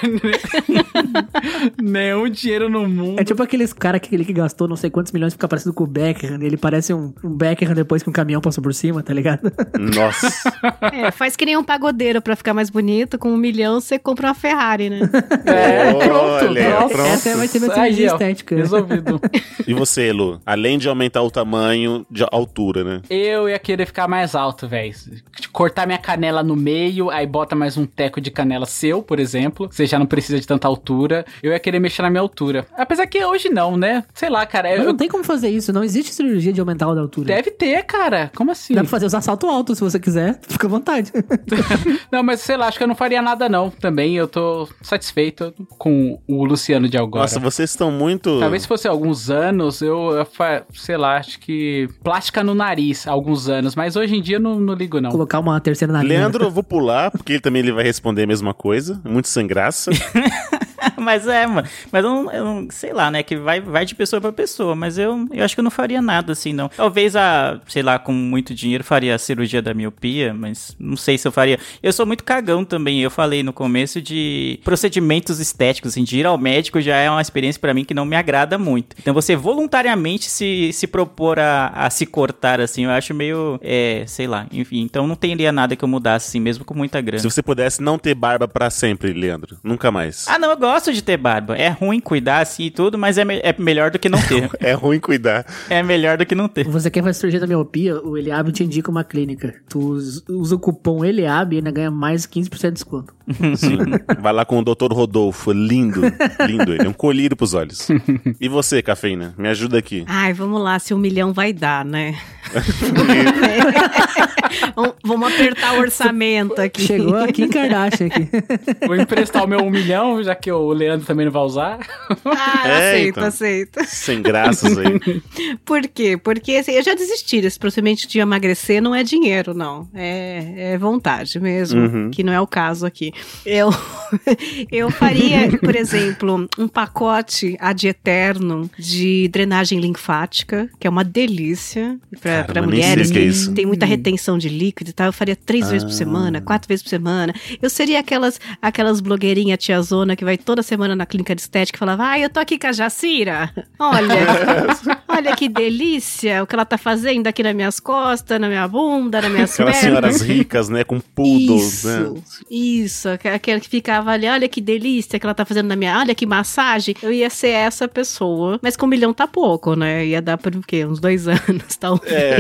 Nenhum dinheiro no mundo. É tipo aqueles cara que, aquele que gastou não sei quantos milhões e fica parecendo com o Beckham. Ele parece um, um Beckham depois que um caminhão passou por cima, tá ligado? Nossa. É, faz que nem um pagodeiro pra ficar mais bonito. Com um milhão você compra uma Ferrari, né? É, pronto. Olha, Nossa. pronto. Essa vai ser minha Aí, cirurgia ó, estética. resolvido. E você, Lu? Além de aumentar o tamanho, de altura, né? Eu ia querer ficar mais alto, velho. Cortar minha canela no meio, aí bota mais um teco de canela seu, por exemplo. Você já não precisa de tanta altura. Eu ia querer mexer na minha altura. Apesar que hoje não, né? Sei lá, cara. Mas Eu... não tem como fazer isso. Não existe cirurgia de aumentar a altura. Deve ter, cara. Como assim? Dá pra fazer usar salto alto se você quiser. Fica à vontade. Não, mas sei lá, acho que eu não faria nada não. Também eu tô satisfeito com o Luciano de agora. Nossa, vocês estão muito... Talvez se fosse alguns anos, eu, eu fa- sei lá, acho que plástica no nariz, alguns anos. Mas hoje em dia eu não, não ligo, não. Colocar uma terceira na linha. Leandro, eu vou pular, porque ele também ele vai responder a mesma coisa. Muito sem graça. Mas é, mano. Mas eu não, eu não- sei lá, né? Que vai, vai de pessoa pra pessoa. Mas eu, eu acho que eu não faria nada assim, não. Talvez a, sei lá, com muito dinheiro faria a cirurgia da miopia, mas não sei se eu faria. Eu sou muito cagão também. Eu falei no começo de procedimentos estéticos, assim, de ir ao médico já é uma experiência pra mim que não me agrada muito. Então você voluntariamente se, se propor a, a se cortar, assim, eu acho meio, é, sei lá, enfim. Então não teria nada que eu mudasse, assim, mesmo com muita grana. Se você pudesse não ter barba pra sempre, Leandro. Nunca mais. Ah, não, eu gosto de ter barba. É ruim cuidar assim e tudo, mas é, me- é melhor do que não ter. É ruim cuidar. É melhor do que não ter. Você quer fazer cirurgia da miopia, o Eliab te indica uma clínica. Tu us- usa o cupom Eliab e ainda ganha mais quinze por cento de desconto. Sim. Vai lá com o doutor Rodolfo. Lindo. Lindo ele. É um colírio pros olhos. E você, Cafeína? Me ajuda aqui. Ai, vamos lá, se um milhão vai dar, né? Vamos- Vamos apertar o orçamento aqui. Chegou a Kim Kardashian aqui. Vou emprestar o meu um milhão, já que o Leandro também não vai usar. Ah, É, aceito, então. aceito. Sem graças aí. Por quê? Porque assim, eu já desisti desse procedimento de emagrecer, não é dinheiro, não. É, é vontade mesmo, Uhum. que não é o caso aqui. Eu, eu faria, por exemplo, um pacote ad eterno de drenagem linfática, que é uma delícia para Caramba, nem mulheres sei o que é que isso. tem muita retenção de líquido e tal. Eu faria três vezes por semana, quatro vezes por semana. Eu seria aquelas, aquelas blogueirinhas tiazona que vai toda semana na clínica de estética e falava, ah, eu tô aqui com a Jacira. Olha, olha que delícia o que ela tá fazendo aqui nas minhas costas, na minha bunda, nas minhas Aquelas pernas. senhoras ricas, né? Com poodles, Isso, né? isso, aqu- aquela que ficava ali, olha que delícia que ela tá fazendo na minha, olha que massagem. Eu ia ser essa pessoa, mas com um milhão tá pouco, né? Ia dar por o quê? Uns dois anos, talvez. É.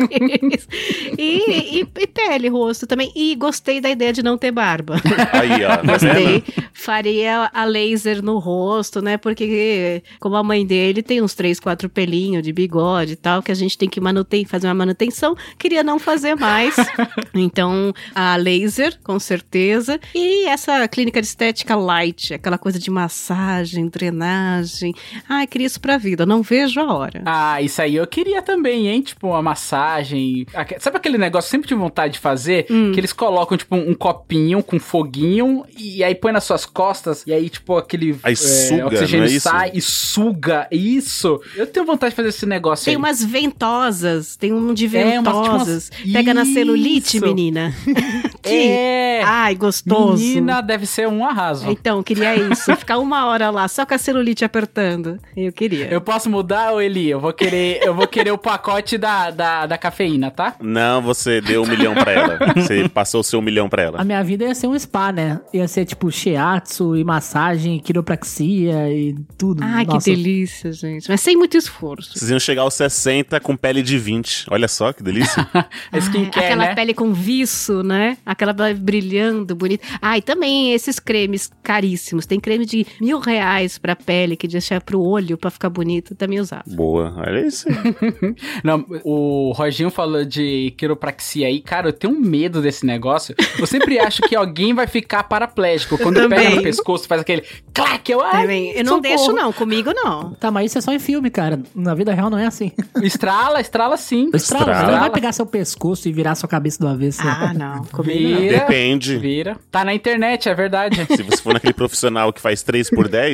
e, e, e pele, rosto também. E gostei da ideia de não ter barba. Aí, ó. Tá Gostei. vendo? Faria a laser no rosto, né? Porque, como a mãe dele tem uns três, quatro pelinhos de bigode e tal, que a gente tem que manuten fazer uma manutenção, queria não fazer mais. Então, a laser, com certeza. E essa clínica de estética light, aquela coisa de massagem, drenagem. Ai, queria isso pra vida. Não vejo a hora. Ah, isso aí eu queria também, hein? Tipo, uma massagem. Aque- Sabe aquele negócio que eu sempre tive vontade de fazer? Que eles colocam, tipo, um copinho com foguinho e aí põe nas suas costas e aí, tipo, aquele Aí suga, oxigênio não é isso? sai e suga. Isso! Eu tenho vontade de fazer esse negócio Tem aí. umas ventosas, tem um de É, umas- ventosas. tipo umas- Pega na celulite, Isso. menina. Que- É! Ai, gostoso. Menina, deve ser um arraso. Então, queria isso. Ficar uma hora lá, só com a celulite apertando. Eu queria. Eu posso mudar, ô Eli? Eu vou querer, eu vou querer o pacote da, da, da cafeína, tá? Não, você deu um milhão pra ela. Você passou o seu um milhão pra A ela. minha vida ia ser um spa, né? Ia ser tipo shiatsu e massagem, quiropraxia e tudo. Ai, Nossa. que delícia, gente. Mas sem muito esforço. Vocês iam chegar aos sessenta com pele de vinte. Olha só que delícia. A skincare, Aquela né? pele com viço, né? Aquela pele brilhando, bonita. Ah, e também esses cremes caríssimos. Tem creme de mil reais pra pele, que deixa pro olho pra ficar bonito. Também usava. Boa, olha isso aí. Não, o Roginho falou de quiropraxia aí. Cara, eu tenho um medo desse negócio. Eu sempre acho que alguém vai ficar paraplégico. Quando Eu pega também. no pescoço, faz aquele clac. Eu, ai, Também. Eu não socorro. deixo, não. Comigo, não. Tá, mas isso é só em filme, cara. Na vida real não é assim. Estrala, estrala sim. Estrala, Estrala. você não vai pegar seu pescoço e virar sua cabeça do avesso. Ah, não. Comigo, não. Vira, Depende. vira. Tá na internet, é verdade. Se você for naquele profissional que faz três por dez,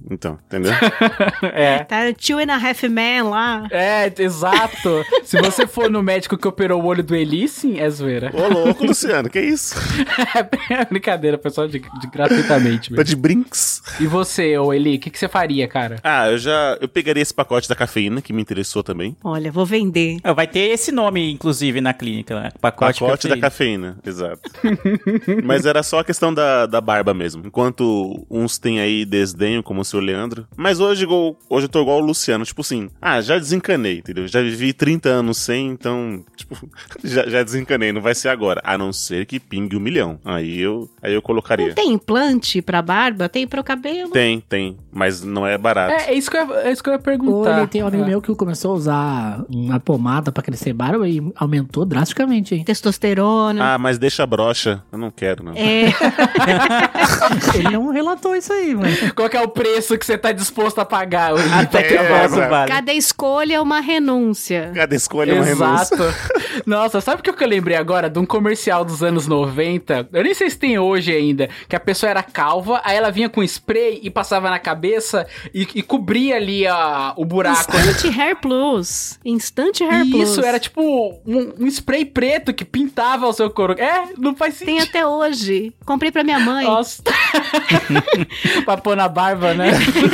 Então, entendeu? É. Tá Two and a Half Men lá. É, exato. Se você for no médico que operou o olho do Eli, sim, é zoeira. Ô, louco, Luciano, que isso? É brincadeira, pessoal, de, de gratuitamente Tá mesmo. de brinks? E você, ô Eli, o que, que você faria, cara? Ah, eu já... Eu pegaria esse pacote da cafeína, que me interessou também. Olha, vou vender. Ah, vai ter esse nome, inclusive, na clínica, né? Pacote, Pacote da cafeína. cafeína, exato. Mas era só a questão da, da barba mesmo. Enquanto uns têm aí desdenho, como o seu Leandro. Mas hoje, igual, hoje eu tô igual o Luciano, tipo assim, ah, já desencanei, entendeu? Já vivi trinta anos sem, então, tipo, já, já desencanei, não vai ser agora. A não ser que pingue um milhão. Aí eu, aí eu colocaria. Não tem implante pra barba? Tem pro cabelo? Tem, tem, mas não é barato. É, é isso que eu, é isso que eu ia Ou perguntar. ele tem um amigo É. meu que começou a usar uma pomada pra crescer barba e aumentou drasticamente, hein? Testosterona. Ah, mas deixa a brocha. Eu não quero, não. É, Ele não relatou isso aí, mas... Qual que é o preço que você tá disposto a pagar, ô Eli? Até que É, eu posso, velho. vale. cada escolha é uma renúncia. Cada escolha é uma renúncia. Exato. Nossa, sabe o que eu lembrei agora? De um comercial dos anos noventa. Eu nem sei se tem hoje ainda. Que a pessoa era calva, aí ela vinha com spray e passava na cabeça e, e cobria ali a, o buraco. Instant Hair Plus. Instant Hair E Plus. isso era tipo um, um spray preto que pintava o seu couro. É, não faz sentido. Tem até hoje. Comprei pra minha mãe. Nossa. Pra pôr na barba, né?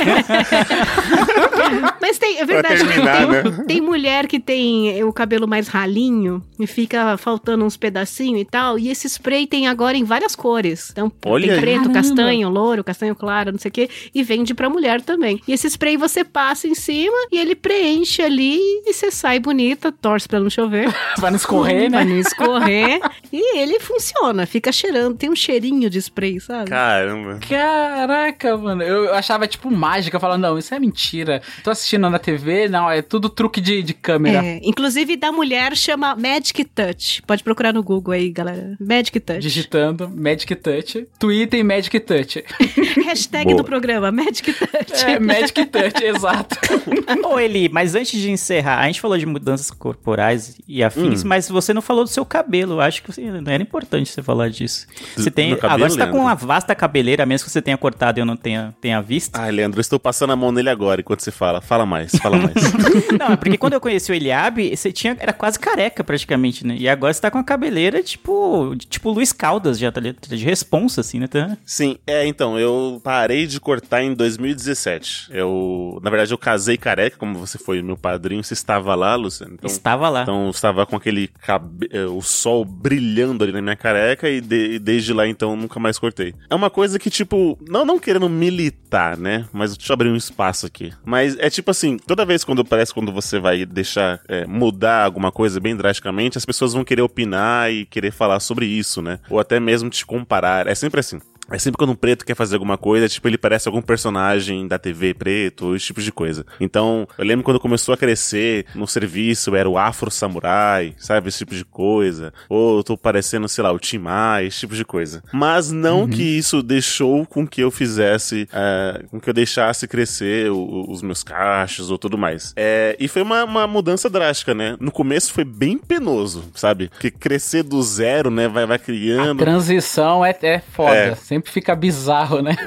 Mas tem, é verdade. terminar, tem, né? tem mulher que tem o cabelo mais ralinho e fica faltando uns pedacinhos e tal. E esse spray tem agora em várias cores. Então Olha tem aí. preto, Caramba. castanho, louro, castanho claro, não sei o quê. E vende pra mulher também. E esse spray você passa em cima e ele preenche ali e você sai bonita, torce pra não chover. Pra não escorrer, Pra né? não escorrer. E ele funciona, fica cheirando. Tem um cheirinho de spray, sabe? Caramba. Caraca, mano. Eu achava tipo mágica. Eu falava, não, isso é mentira. Tô assistindo na T V, não, é tudo truque de, de câmera. É, inclusive da mulher chama Magic Touch. Pode procurar no Google aí, galera. Magic Touch. Digitando Magic Touch. Twitter e Magic Touch. Hashtag Boa. do programa, Magic Touch. É, Magic Touch, exato. Ô, Eli, mas antes de encerrar, a gente falou de mudanças corporais e afins, mas você não falou do seu cabelo. Eu acho que assim, não era importante você falar disso. Você tem, meu cabelo, agora você tá com Leandro? uma vasta cabeleira, mesmo que você tenha cortado e eu não tenha, tenha visto. Ai, Leandro, eu estou passando a mão nele agora enquanto você fala. Fala mais, fala mais. Não, é porque quando eu conheci o Eliabe, você tinha, era quase careca praticamente, né? E agora você tá com a cabeleira tipo, tipo Luiz Caldas já, tá ligado? De responsa, assim, né? Tá? Sim, é, então, eu parei de cortar em dois mil e dezessete. Eu, na verdade, eu casei careca, como você foi meu padrinho, você estava lá, Luciano. Então, Estava lá. Então, eu estava com aquele cabe... eh, o sol brilhando ali na minha careca e, de- e desde lá, então, nunca mais cortei. É uma coisa que, tipo, não, não querendo militar, né? Mas deixa eu abrir um espaço aqui. Mas é tipo assim, toda vez quando parece quando você vai deixar é, mudar alguma coisa bem drasticamente, as pessoas vão querer opinar e querer falar sobre isso, né? Ou até mesmo te comparar. É sempre assim. É sempre quando um preto quer fazer alguma coisa, tipo, ele parece algum personagem da T V preto, esse tipo de coisa. Então, eu lembro quando começou a crescer no serviço, era o Afro Samurai, sabe? Esse tipo de coisa. Ou eu tô parecendo, sei lá, o Tim Maia, esse tipo de coisa. Mas não que isso deixou com que eu fizesse, é, com que eu deixasse crescer o- os meus cachos ou tudo mais. É, e foi uma, uma mudança drástica, né? No começo foi bem penoso, sabe? Porque crescer do zero, né? Vai, vai A criando. transição é, é foda. É. Sempre fica bizarro, né?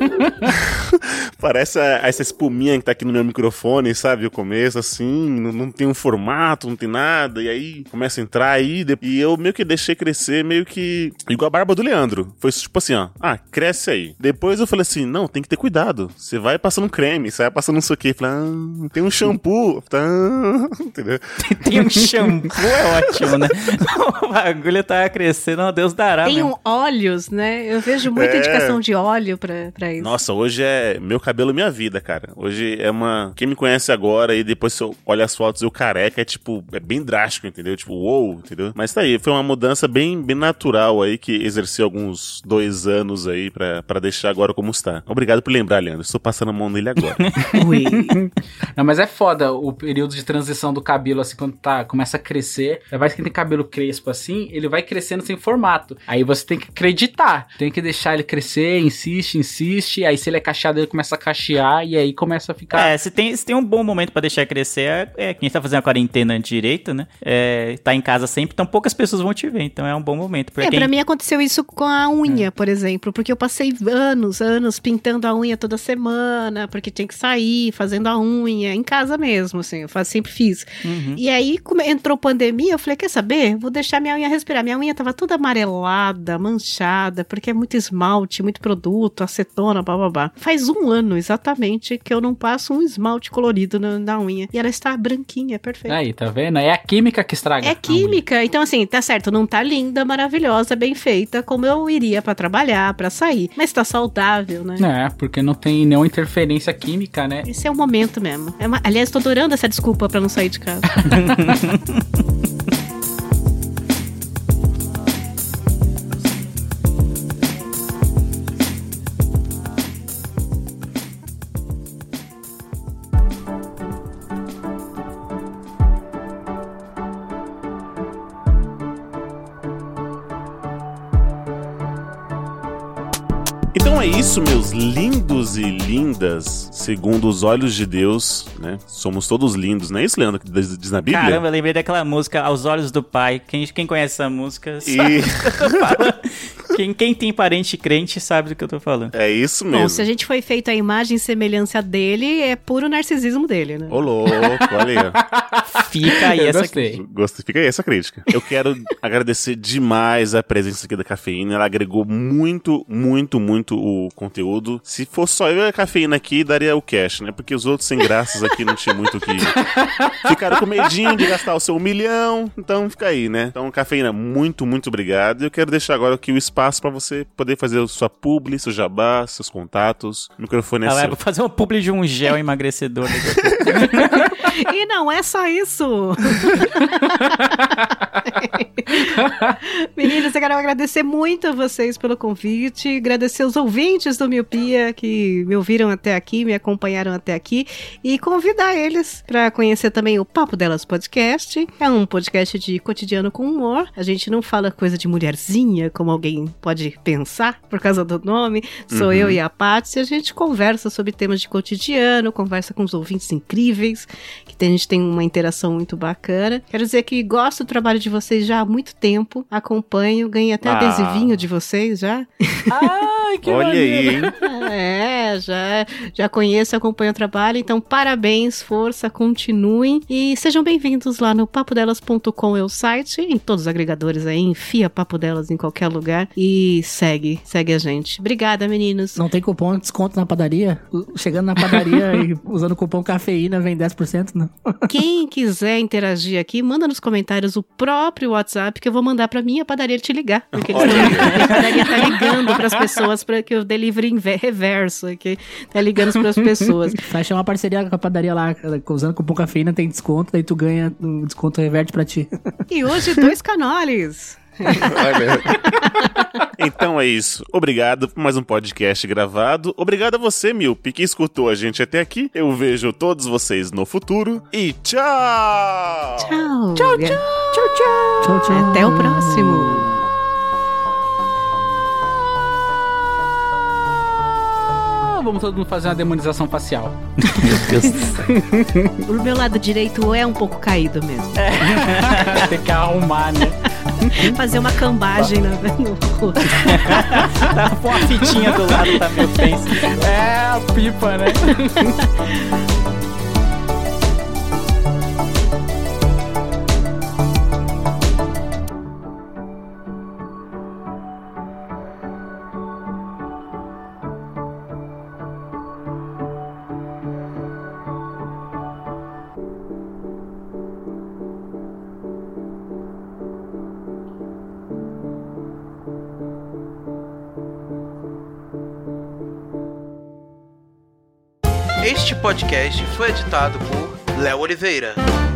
Parece a- essa espuminha que tá aqui no meu microfone, sabe? O começo, assim, não, não tem um formato, não tem nada, e aí começa a entrar aí, de- e eu meio que deixei crescer, meio que igual a barba do Leandro. Foi tipo assim, ó, ah, cresce aí. Depois eu falei assim, não, tem que ter cuidado. Você vai passando um creme, você vai passando não sei o quê. Falei, ah, tem um shampoo, tá, entendeu? Tem um shampoo, é ótimo, né? O bagulho tá crescendo, ó, Deus dará. Tem mesmo. um óleos, né? Eu vejo muita É. indicação de óleo pra, pra isso. Nossa, hoje é meu cabelo, minha vida, cara. Hoje é uma... Quem me conhece agora e depois se eu olho as fotos e o careca é tipo... É bem drástico, entendeu? Tipo, uou, entendeu? Mas tá aí, foi uma mudança bem, bem natural aí que exerci alguns dois anos aí pra, pra deixar agora como está. Obrigado por lembrar, Leandro. Estou passando a mão nele agora. Ui. Não, mas é foda o período de transição do cabelo, assim, quando tá, começa a crescer. Ainda mais quem tem cabelo crespo assim, ele vai crescendo sem formato. Aí você tem que acreditar. Tem que deixar ele crescer crescer, insiste, insiste, aí se ele é cacheado, ele começa a cachear, e aí começa a ficar... É, se tem, se tem um bom momento pra deixar crescer, é, é quem tá fazendo a quarentena direito, né? É, tá em casa sempre, então poucas pessoas vão te ver, então é um bom momento. Pra É, quem... pra mim aconteceu isso com a unha, por exemplo, porque eu passei anos, anos pintando a unha toda semana, porque tinha que sair fazendo a unha, em casa mesmo, assim, eu faz, sempre fiz. Uhum. E aí, como entrou pandemia, eu falei, quer saber? Vou deixar minha unha respirar. Minha unha tava toda amarelada, manchada, porque é muito esmalte, muito produto, acetona, bababá. Faz um ano, exatamente, que eu não passo um esmalte colorido na, na unha. E ela está branquinha, perfeita. Aí, tá vendo? É a química que estraga. É química. Então, assim, tá certo, não tá linda, maravilhosa, bem feita, como eu iria pra trabalhar, pra sair. Mas tá saudável, né? É, porque não tem nenhuma interferência química, né? Esse é o momento mesmo. É uma... Aliás, tô adorando essa desculpa pra não sair de casa. Então é isso, meus lindos e lindas, segundo os olhos de Deus, né? Somos todos lindos, não é isso, Leandro, que diz diz na Bíblia? Caramba, eu lembrei daquela música Aos Olhos do Pai. Quem, quem conhece essa música sabe E- do que eu tô falando. Quem, quem tem parente crente sabe do que eu tô falando. É isso mesmo. Bom, se a gente foi feito a imagem e semelhança dele, é puro narcisismo dele, né? Ô louco, olha aí. Fica aí Eu essa gostei. Gostei, fica aí essa crítica. Eu quero agradecer demais a presença aqui da Cafeína. Ela agregou muito, muito, muito o conteúdo. Se fosse só eu e a Cafeína aqui, daria o cash, né? Porque os outros sem graças aqui não tinha muito o que... Ficaram com medinho de gastar o seu um milhão. Então fica aí, né? Então, Cafeína, muito, muito obrigado. Eu quero deixar agora aqui o espaço pra você poder fazer a sua publi, seu jabá, seus contatos. O microfone é Ah, seu. vou fazer uma publi de um gel emagrecedor. E não é só isso. Meninos, eu quero agradecer muito a vocês pelo convite, agradecer os ouvintes do Miopia que me ouviram até aqui, me acompanharam até aqui e convidar eles para conhecer também o Papo Delas Podcast. É um podcast de cotidiano com humor. A gente não fala coisa de mulherzinha, como alguém pode pensar por causa do nome. Sou Uhum. eu e a Paty, e a gente conversa sobre temas de cotidiano, conversa com os ouvintes incríveis, que tem, a gente tem uma interação muito bacana. Quero dizer que gosto do trabalho de vocês já há muito tempo, acompanho, ganhei até Ah. adesivinho de vocês já. Ai, que Olha aí, hein? É, já, já conheço, acompanho o trabalho, então parabéns, força, continuem e sejam bem-vindos lá no papo delas ponto com, é o site, em todos os agregadores aí, enfia Papo Delas em qualquer lugar e segue, segue a gente. Obrigada, meninos. Não tem cupom de desconto na padaria? Chegando na padaria e usando o cupom cafeína, vem dez por cento, não? Quem quiser interagir aqui, manda nos comentários o próprio WhatsApp que eu vou mandar pra minha padaria te ligar. Porque eles Olha tão, aí. a padaria tá ligando pras pessoas para que eu delivery em ve- reverso aqui. Tá ligando pras pessoas. Fecha uma parceria com a padaria lá, usando o cupom cafeína, tem desconto, daí tu ganha, o desconto reverte pra ti. E hoje, dois canoles. Olha. Então é isso. Obrigado por mais um podcast gravado. Obrigado a você, Milpe, que escutou a gente até aqui. Eu vejo todos vocês no futuro. E tchau! Tchau. Tchau, tchau. Tchau, tchau. Tchau, tchau. Até o próximo. Vamos todo mundo fazer uma demonização facial. Meu Deus do céu. O meu lado direito é um pouco caído mesmo. Tem que arrumar, né? Fazer uma cambagem na, no rosto. Tá com a fitinha do lado, tá meio tenso. É, a pipa, né? Este podcast foi editado por Léo Oliveira.